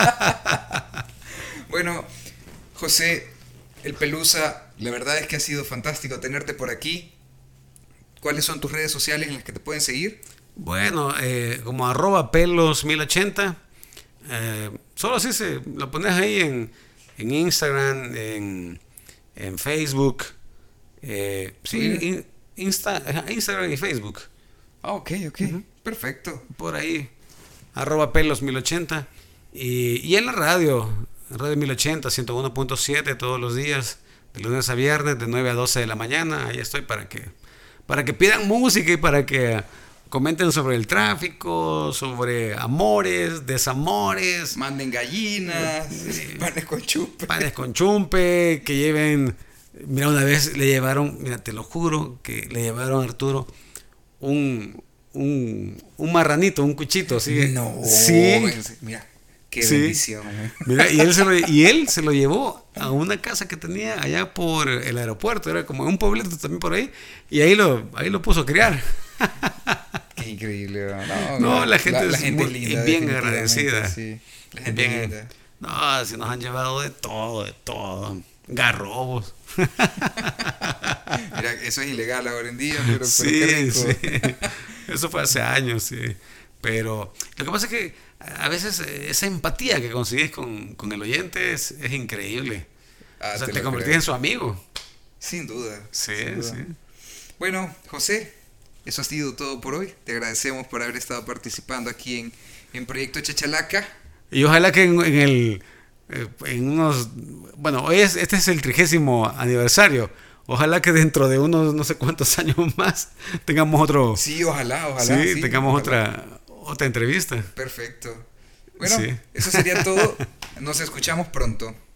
Bueno, José, el Pelusa, la verdad es que ha sido fantástico tenerte por aquí. ¿Cuáles son tus redes sociales en las que te pueden seguir? Bueno, como @pelos1080. Solo así lo pones ahí en Instagram, en Facebook. Sí, Instagram y Facebook. Ok. Perfecto. Por ahí, @pelos1080. Y en la radio 1080, 101.7 todos los días, de lunes a viernes, de 9 a 12 de la mañana. Ahí estoy para que pidan música y para que comenten sobre el tráfico, sobre amores, desamores. Manden gallinas, panes con chumpe, que lleven... Mira, una vez le llevaron, mira, te lo juro, que le llevaron a Arturo un marranito, un cuchito, ¿sí? No, sí. Mira. Qué bendición. Mira, y él se lo llevó a una casa que tenía allá por el aeropuerto, era como un pueblito también por ahí, y ahí lo puso a criar. Qué increíble. No, la gente es linda, bien agradecida. Sí. La gente linda. No, si nos han llevado de todo. Garrobos. Mira, eso es ilegal ahora en día, pero qué rico. Sí. Eso fue hace años, sí. Pero lo que pasa es que a veces esa empatía que consigues con el oyente es increíble. O sea, te convertís en su amigo. Sin duda. Sí. Bueno, José, eso ha sido todo por hoy. Te agradecemos por haber estado participando aquí en Proyecto Chachalaca. Y ojalá que en unos... Bueno, este es el 30º aniversario. Ojalá que dentro de unos no sé cuántos años más tengamos otro... Sí, ojalá. Sí, tengamos otra entrevista. Perfecto. Bueno, Eso sería todo. Nos escuchamos pronto.